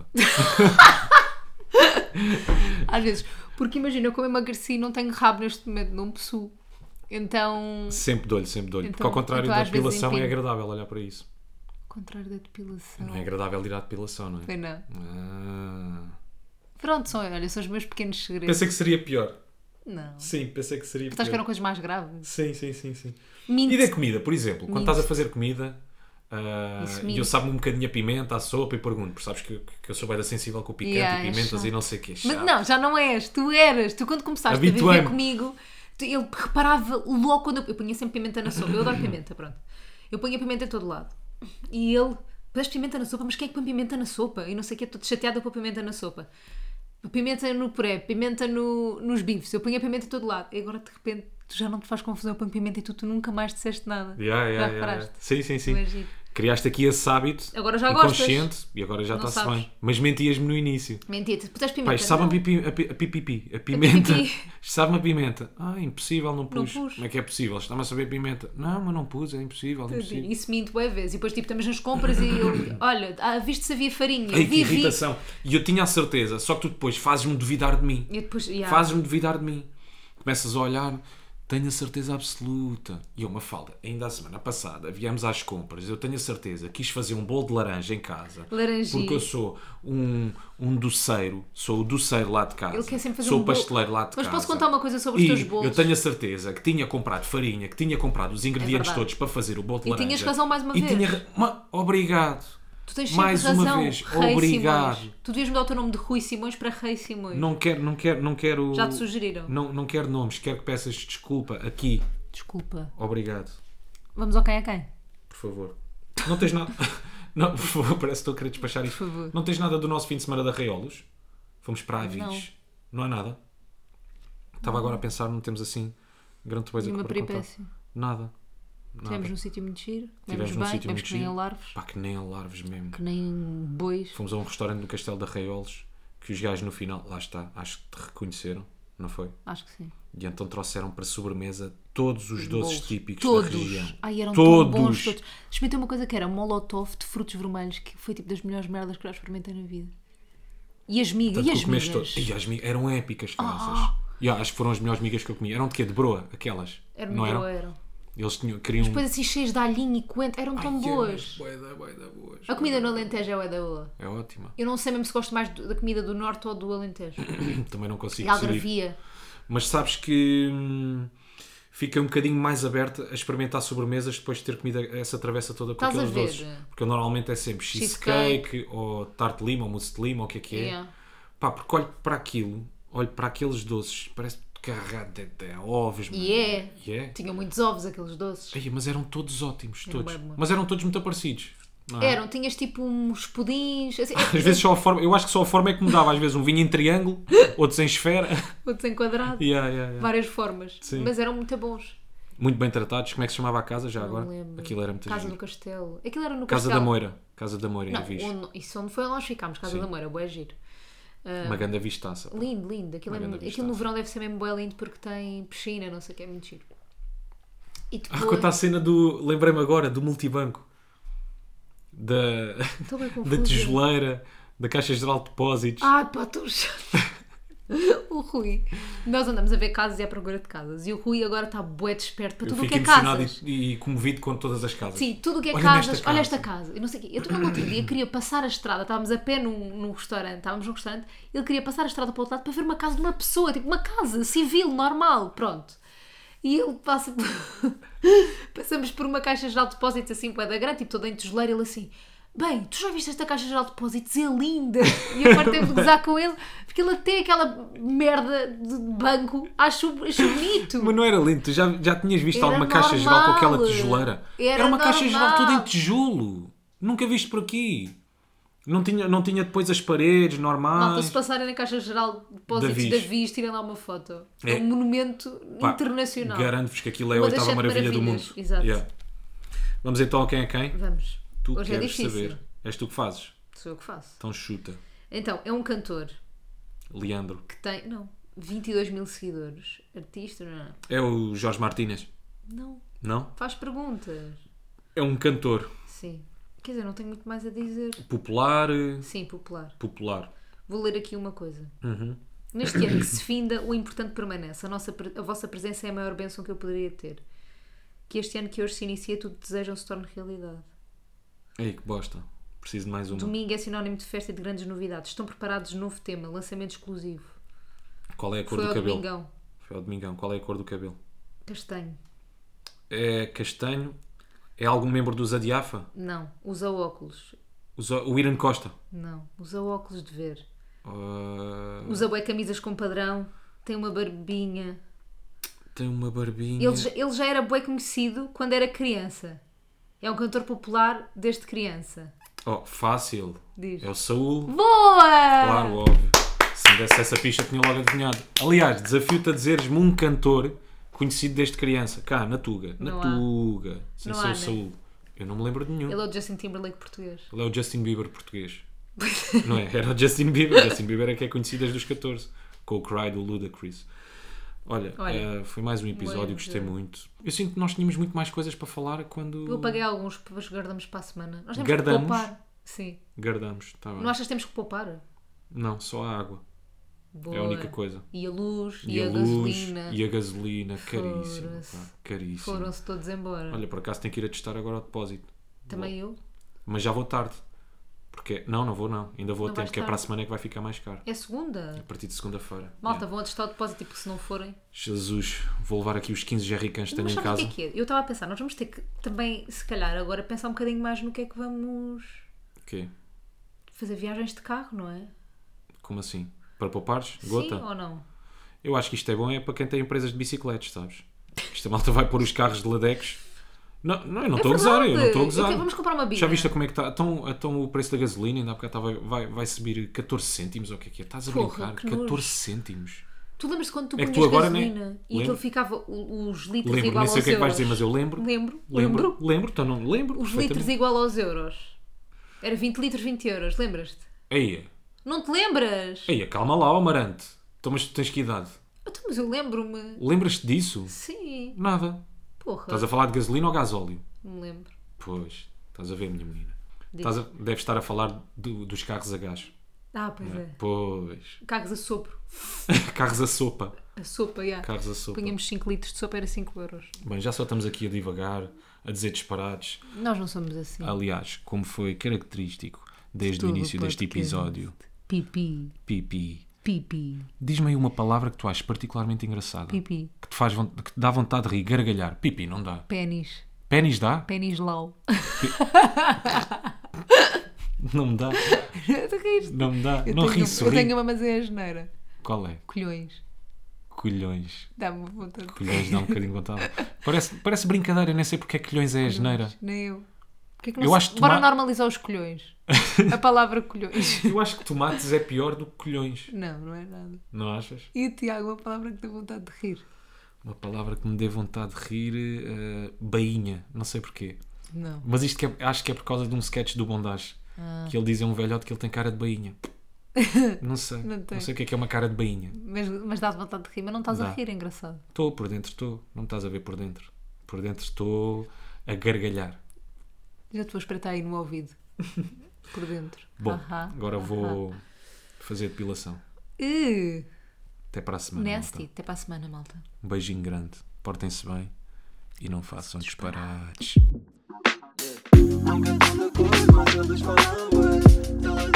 S1: Às vezes. Porque imagina, eu como emagreci e não tenho rabo neste momento, não possuo. Então.
S2: Sempre dou-lhe, sempre dou-lhe.
S1: Então-
S2: Porque ao contrário
S1: então
S2: da
S1: às vezes
S2: depilação é
S1: empino.
S2: agradável olhar para isso.
S1: Ao contrário da depilação.
S2: Não é agradável ir à depilação, não é?
S1: Foi não.
S2: Ah.
S1: Pronto, são, olha, são os meus pequenos segredos.
S2: Pensei que seria pior.
S1: Não.
S2: Sim, pensei que seria
S1: Estás a
S2: pior.
S1: ver coisas mais graves?
S2: Sim, sim, sim, sim.
S1: Minto.
S2: E da comida, por exemplo, quando
S1: Minto.
S2: estás a fazer comida ah,
S1: Isso
S2: e
S1: minto.
S2: eu sabe-me um bocadinho a pimenta, a sopa e pergunto, porque sabes que, que eu sou bem sensível com o picante
S1: Yeah,
S2: e
S1: é
S2: pimentas
S1: chato.
S2: e não sei o quê.
S1: Mas
S2: Chato.
S1: não, já não és. Tu eras. Tu quando começaste a viver
S2: Habituei-me.
S1: comigo, tu- ele reparava logo quando eu, eu punha sempre pimenta na sopa. Eu adoro pimenta, pronto. Eu punha pimenta em todo lado. E ele, pões pimenta na sopa, mas quem é que põe pimenta na sopa? E não sei o que, estou chateada por pimenta na sopa. Pimenta no puré, pimenta no, nos bifes. Eu punha pimenta em todo lado. E agora de repente tu já não te faz confusão, eu ponho pimenta e tu, tu nunca mais disseste nada.
S2: Yeah, yeah,
S1: já
S2: yeah,
S1: reparaste?
S2: yeah. Sim, sim, sim.
S1: Tu és giro.
S2: Criaste aqui esse hábito
S1: Agora já gostas.
S2: inconsciente e agora já
S1: Não
S2: está-se
S1: sabes.
S2: bem. Mas mentias-me no início.
S1: Mentira, tu puseste
S2: Pá,
S1: pimenta.
S2: isto sabe a
S1: não?
S2: pipi, a, pi- a pipipi, a pimenta.
S1: pipi.
S2: Isto sabe-me a pimenta. Ah, impossível, não pus.
S1: pus.
S2: Como é que é possível? Está-me a saber pimenta. Não, mas não pus, é impossível, é impossível.
S1: Isso minto bué vezes. E depois tipo, estamos nas compras e eu, olha, ah, viste se havia farinha.
S2: Ai,
S1: Eu
S2: que
S1: vi, vi.
S2: irritação. E eu tinha a certeza, só que tu depois fazes-me duvidar de mim.
S1: E eu depois, yeah.
S2: Fazes-me duvidar de mim. Começas a olhar, tenho a certeza absoluta. E eu, Mafalda, ainda a semana passada viemos às compras, eu tenho a certeza, quis fazer um bolo de laranja em casa.
S1: Laranjinha.
S2: Porque eu sou um, um doceiro, sou o doceiro lá de casa.
S1: Ele quer sempre fazer
S2: sou
S1: um
S2: o
S1: bolo.
S2: pasteleiro lá de
S1: Mas
S2: casa.
S1: posso contar uma coisa sobre os
S2: E
S1: teus bolos?
S2: eu tenho a certeza que tinha comprado farinha, que tinha comprado os ingredientes
S1: verdade.
S2: todos para fazer o bolo de
S1: E
S2: laranja.
S1: tinhas razão mais uma
S2: e
S1: vez.
S2: Tinha... ra- Ma- Obrigado.
S1: Tu tens sempre
S2: Mais
S1: razão.
S2: uma vez,
S1: Rei
S2: obrigado.
S1: Simões. Tu devias mudar o teu nome de Rui Simões para Rei Simões.
S2: Não quero, não quero, não quero.
S1: Já te sugeriram?
S2: Não, não quero nomes, quero que peças desculpa aqui.
S1: Desculpa.
S2: Obrigado,
S1: Vamos ao quem é quem?
S2: por favor. Não tens nada. Não, por favor, parece que estou a querer despachar isto.
S1: Por favor.
S2: Não tens nada do nosso fim de semana de Arraiolos? Fomos para Avis.
S1: Não.
S2: Não há nada. Estava agora a pensar, não temos assim grande coisa
S1: Nenhuma
S2: para contar.
S1: peripécia.
S2: Nada. Nada.
S1: Estivemos num sítio muito giro. Comemos
S2: Tivemos num
S1: bem,
S2: sítio
S1: comemos
S2: muito
S1: que nem
S2: giro.
S1: alarves.
S2: Pá, que nem alarves mesmo.
S1: Que nem bois.
S2: Fomos a um restaurante no Castelo de Arraiolos que os gajos no final, lá está, acho que te reconheceram, não foi?
S1: Acho que sim.
S2: E então trouxeram para sobremesa todos os doces
S1: Bolos.
S2: típicos
S1: todos.
S2: da região.
S1: Ai, eram
S2: todos.
S1: tão bons todos. Experimentei uma coisa que era molotov de frutos vermelhos, que foi tipo das melhores merdas que eu já experimentei na vida. E as migas,
S2: Tanto
S1: e
S2: que
S1: as
S2: tu comeste
S1: migas.
S2: todo- E as migas eram épicas, crianças.
S1: Ah.
S2: E, acho que foram as melhores migas que eu comi. Eram de quê? De broa, aquelas.
S1: Eram
S2: não eram?
S1: boas, eram.
S2: Eles tinham, queriam...
S1: Depois assim cheias de alhinho e coentro, eram tão
S2: Ai,
S1: boas.
S2: Bué da, bué da boas.
S1: A comida no Alentejo é da boa.
S2: É ótima.
S1: Eu não sei mesmo se gosto mais do- da comida do Norte ou do Alentejo.
S2: Também não consigo
S1: E
S2: decidir.
S1: Algarvia.
S2: Mas sabes que hum, fica um bocadinho mais aberta a experimentar sobremesas depois de ter comido essa travessa toda com
S1: Estás a
S2: aqueles
S1: ver?
S2: doces. Porque eu normalmente é sempre cheesecake, ou tarte de lima, ou mousse de lima, ou o que é que é.
S1: Yeah.
S2: Pá, porque olho para aquilo, olho para aqueles doces, parece carregado de, de ovos.
S1: E é.
S2: E é.
S1: Tinham muitos ovos aqueles doces.
S2: Ai, mas eram todos ótimos,
S1: Eram
S2: todos.
S1: bué bons.
S2: Mas eram todos muito parecidos. não é?
S1: Eram, tinhas tipo uns pudins. Assim,
S2: Às vezes só a forma, eu acho que só a forma é que mudava. Às vezes um vinho em triângulo, outros em esfera.
S1: outros em quadrado.
S2: Yeah, yeah, yeah.
S1: Várias formas.
S2: Sim.
S1: Mas eram muito bons.
S2: Muito bem tratados. Como é que se chamava a casa já
S1: Não
S2: agora?
S1: me lembro.
S2: Aquilo era muito
S1: Casa
S2: giro.
S1: do Castelo. Aquilo era no
S2: Casa
S1: Castelo.
S2: da Moira. Casa da Moira, em
S1: Não,
S2: Avis.
S1: onde- isso onde foi onde nós ficámos. Casa
S2: Sim.
S1: da Moira, bué giro.
S2: Uma grande vistaça. pá.
S1: Lindo, lindo. Aquilo, é
S2: Uma
S1: muito-
S2: grande
S1: aquilo no
S2: vistaça.
S1: verão deve ser mesmo bué lindo porque tem piscina, não sei o que, é muito giro. E
S2: Ah,
S1: depois...
S2: quanto à cena do. Lembrei-me agora, do multibanco. Da,
S1: Estou bem
S2: da
S1: confusa.
S2: tijoleira, da Caixa Geral de Depósitos.
S1: Ah, pá, estou chato. O Rui. Nós andamos a ver casas e à procura de casas. E o Rui agora está bué desperto para
S2: Eu
S1: tudo o
S2: fico
S1: que é
S2: emocionado
S1: casas.
S2: e, e comovido com todas as casas.
S1: Sim, tudo o que é
S2: Olha-me
S1: casas.
S2: esta
S1: Olha
S2: casa.
S1: esta casa. Eu não sei o quê. Eu também no outro dia queria passar a estrada. Estávamos a pé num, num restaurante. Estávamos num restaurante. Ele queria passar a estrada para o outro lado para ver uma casa de uma pessoa. Tipo, uma casa civil, normal. Pronto. E ele passa por... Passamos por uma caixa geral de depósitos assim, bué da grande, tipo toda em tijoleira. Ele assim... Bem, tu já viste esta caixa geral de depósitos? É linda! E eu agora tenho de gozar com ele, porque ele até aquela merda de banco acho, acho bonito.
S2: Mas não era lindo, tu já, já tinhas visto
S1: Era
S2: alguma caixa geral com aquela
S1: normal.
S2: tijoleira?
S1: Era
S2: uma caixa geral
S1: normal.
S2: toda em tijolo. Nunca viste por aqui. Não tinha, não tinha depois as paredes normais.
S1: Malta, se passarem na caixa geral de depósitos
S2: Da
S1: da
S2: Viz.
S1: Viz, tirem lá uma foto. É,
S2: É.
S1: um monumento
S2: Pá,
S1: internacional.
S2: Garanto-vos que aquilo é a
S1: Uma das
S2: oitava
S1: sete
S2: maravilha do mundo.
S1: maravilhas, exato.
S2: Yeah. Vamos então a quem é quem?
S1: Vamos.
S2: Tu
S1: Hoje é
S2: queres
S1: difícil.
S2: saber. És tu que fazes.
S1: Sou eu que faço.
S2: Então chuta.
S1: Então, é um cantor
S2: Leandro.
S1: que tem, não, vinte e dois mil seguidores. Artista, não é?
S2: É o Jorge Martínez?
S1: Não.
S2: Não?
S1: Faz perguntas.
S2: É um cantor
S1: Sim. Quer dizer, não tenho muito mais a dizer.
S2: popular. eh,
S1: Sim, popular.
S2: Popular.
S1: Vou ler aqui uma coisa.
S2: Uhum.
S1: Neste ano que se finda, o importante permanece. A, nossa, pre- a vossa presença é a maior bênção que eu poderia ter. Que este ano que hoje se inicia, tudo que desejam se torne realidade.
S2: Ei, que bosta. Preciso de mais uma.
S1: Domingo é sinónimo de festa e de grandes novidades. Estão preparados? Novo tema, lançamento exclusivo.
S2: Qual é a cor
S1: Foi
S2: do
S1: ao
S2: cabelo?
S1: Domingão.
S2: Foi ao Domingão. Qual é a cor do cabelo?
S1: Castanho.
S2: É castanho? É algum membro do Zadiafa?
S1: Não. Usa óculos.
S2: Usa- O Irã Costa?
S1: Não. Usa óculos de ver.
S2: Uh,
S1: Usa bué camisas com padrão. Tem uma barbinha.
S2: Tem uma barbinha.
S1: Ele, já- ele já era bué conhecido quando era criança. É um cantor popular desde criança.
S2: Oh, fácil.
S1: Diz.
S2: É o Saúl.
S1: Boa!
S2: Claro, óbvio. Se me desse essa pista, tinha logo adivinhado. Aliás, desafio-te a dizeres-me um cantor conhecido desde criança. Cá, na Tuga. Na
S1: Não há.
S2: Tuga. Sem
S1: Não
S2: ser
S1: há,
S2: o
S1: né?
S2: Saúl. Eu não me lembro de nenhum.
S1: Ele é o Justin Timberlake português.
S2: Ele é o Justin Bieber português. Não é? Era o Justin Bieber. Justin Bieber é que é conhecido desde os catorze. Com o Cry do Ludacris. Olha,
S1: Olha,
S2: eh, foi mais um episódio,
S1: mas,
S2: gostei
S1: eh,
S2: muito. Eu sinto que nós tínhamos muito mais coisas para falar quando...
S1: Eu paguei alguns, depois guardamos para a semana. Nós temos
S2: Guardamos?
S1: que poupar. Sim.
S2: Guardamos, está bem.
S1: Não achas que temos que poupar?
S2: Não, só a água.
S1: Boa.
S2: É a única coisa.
S1: E a luz, e,
S2: E,
S1: a,
S2: a luz,
S1: gasolina.
S2: e a gasolina, caríssimo.
S1: Foram-se.
S2: Pá, caríssimo.
S1: Foram-se todos embora.
S2: Olha, por acaso tenho que ir a testar agora o depósito.
S1: Também
S2: Vou.
S1: eu.
S2: Mas já vou tarde. Porque... Não, não vou não. Ainda vou a
S1: Não
S2: tempo,
S1: vais
S2: que é para a
S1: tarde.
S2: semana que vai ficar mais caro.
S1: É segunda.
S2: A partir de segunda-feira.
S1: Malta,
S2: Yeah.
S1: vão atestar o depósito, tipo, se não forem.
S2: Jesus, vou levar aqui os quinze jerrycans que tenho
S1: Mas
S2: em
S1: sabes o
S2: casa.
S1: que é que é? Eu estava a pensar, nós vamos ter que também, se calhar, agora pensar um bocadinho mais no que é que vamos
S2: O quê?
S1: fazer viagens de carro, não é?
S2: Como assim? Para poupares? Gota?
S1: Sim ou não?
S2: Eu acho que isto é bom é para quem tem empresas de bicicletas, sabes? Esta malta vai pôr os carros de ladecos. Não, não, eu não
S1: É
S2: estou a gozar, eu não
S1: verdade.
S2: estou a gozar.
S1: Eu quero- vamos comprar uma bina.
S2: Já viste como é que está? Então, então o preço da gasolina, ainda há bocado estava, vai, vai subir catorze cêntimos, ou o que é que é? Estás a
S1: Porra,
S2: brincar?
S1: que nojo.
S2: catorze cêntimos.
S1: Tu lembras-te quando tu
S2: É que
S1: punhas
S2: tu agora nem-
S1: gasolina e
S2: lembro.
S1: aquilo ficava o- os litros
S2: Lembro,
S1: igual
S2: nem sei o
S1: aos
S2: que é que vais
S1: euros?
S2: dizer, mas eu lembro.
S1: Lembro,
S2: Lembro,
S1: lembro.
S2: lembro, então não lembro.
S1: Os litros
S2: perfeitamente.
S1: igual aos euros. Era vinte litros, vinte euros, lembras-te?
S2: Eia,
S1: Não te lembras?
S2: eia, calma lá, ó Amarante. Então, mas tu tens que idade?
S1: Então, mas eu lembro-me.
S2: Lembras-te disso?
S1: Sim,
S2: Nada.
S1: porra.
S2: Estás a falar de gasolina ou gasóleo?
S1: Não me lembro.
S2: Pois, estás a ver, minha menina.
S1: Diz.
S2: Estás a, deves estar a falar do- dos carros a gás.
S1: Ah, pois é.
S2: Pois.
S1: Carros a sopro.
S2: Carros a sopa.
S1: A sopa, já.
S2: Carros a sopa.
S1: Punhamos cinco litros de sopa, era cinco euros.
S2: Bem, já só estamos aqui a divagar, a dizer disparates.
S1: Nós não somos assim.
S2: Aliás, como foi característico desde o
S1: Todo
S2: início deste
S1: podcast.
S2: episódio,
S1: Pipi,
S2: pipi.
S1: pipi,
S2: Diz-me aí uma palavra que tu achas particularmente engraçada.
S1: pipi.
S2: Que te, faz, von- que te dá vontade de rir, gargalhar. Pipi, não dá.
S1: Pénis.
S2: Pénis dá?
S1: Pénis lau.
S2: Não me dá.
S1: Tu riste?
S2: Não me dá.
S1: Eu
S2: não
S1: tenho,
S2: ri,
S1: eu
S2: sorri.
S1: tenho uma, mas é a geneira.
S2: Qual é?
S1: Colhões.
S2: Colhões.
S1: Dá-me vontade.
S2: Colhões dá um bocadinho de vontade. Parece, parece brincadeira, nem sei porque é que colhões é a geneira.
S1: Nem eu. Porquê que não
S2: Eu
S1: se-
S2: acho que
S1: Bora
S2: toma-
S1: normalizar os colhões. A palavra colhões.
S2: Eu acho que tomates é pior do que colhões.
S1: Não, não é nada.
S2: Não achas?
S1: E Tiago, uma palavra que dá vontade de rir.
S2: Uma palavra que me dê vontade de rir, eh, bainha, não sei porquê.
S1: Não.
S2: Mas isto que é- acho que é por causa de um sketch do Bondage.
S1: Ah.
S2: Que ele diz a um velhote que ele tem cara de bainha. Não sei.
S1: Não
S2: Não,
S1: tem.
S2: sei o que é que é uma cara de bainha.
S1: Mas, mas dá vontade de rir, mas não estás a
S2: Dá.
S1: rir, é engraçado.
S2: Estou, por dentro estou. Não me estás a ver por dentro. Por dentro estou a gargalhar.
S1: Já te vou espreitar aí no ouvido. Por dentro.
S2: Bom,
S1: Ahá,
S2: agora
S1: ahá.
S2: vou fazer depilação.
S1: Uh,
S2: Até para a semana.
S1: nasty.
S2: malta.
S1: Até para a semana, malta.
S2: Um beijinho grande. Portem-se bem e não façam disparates.
S3: Nunca estão de acordo, mas eles falam bué. Eles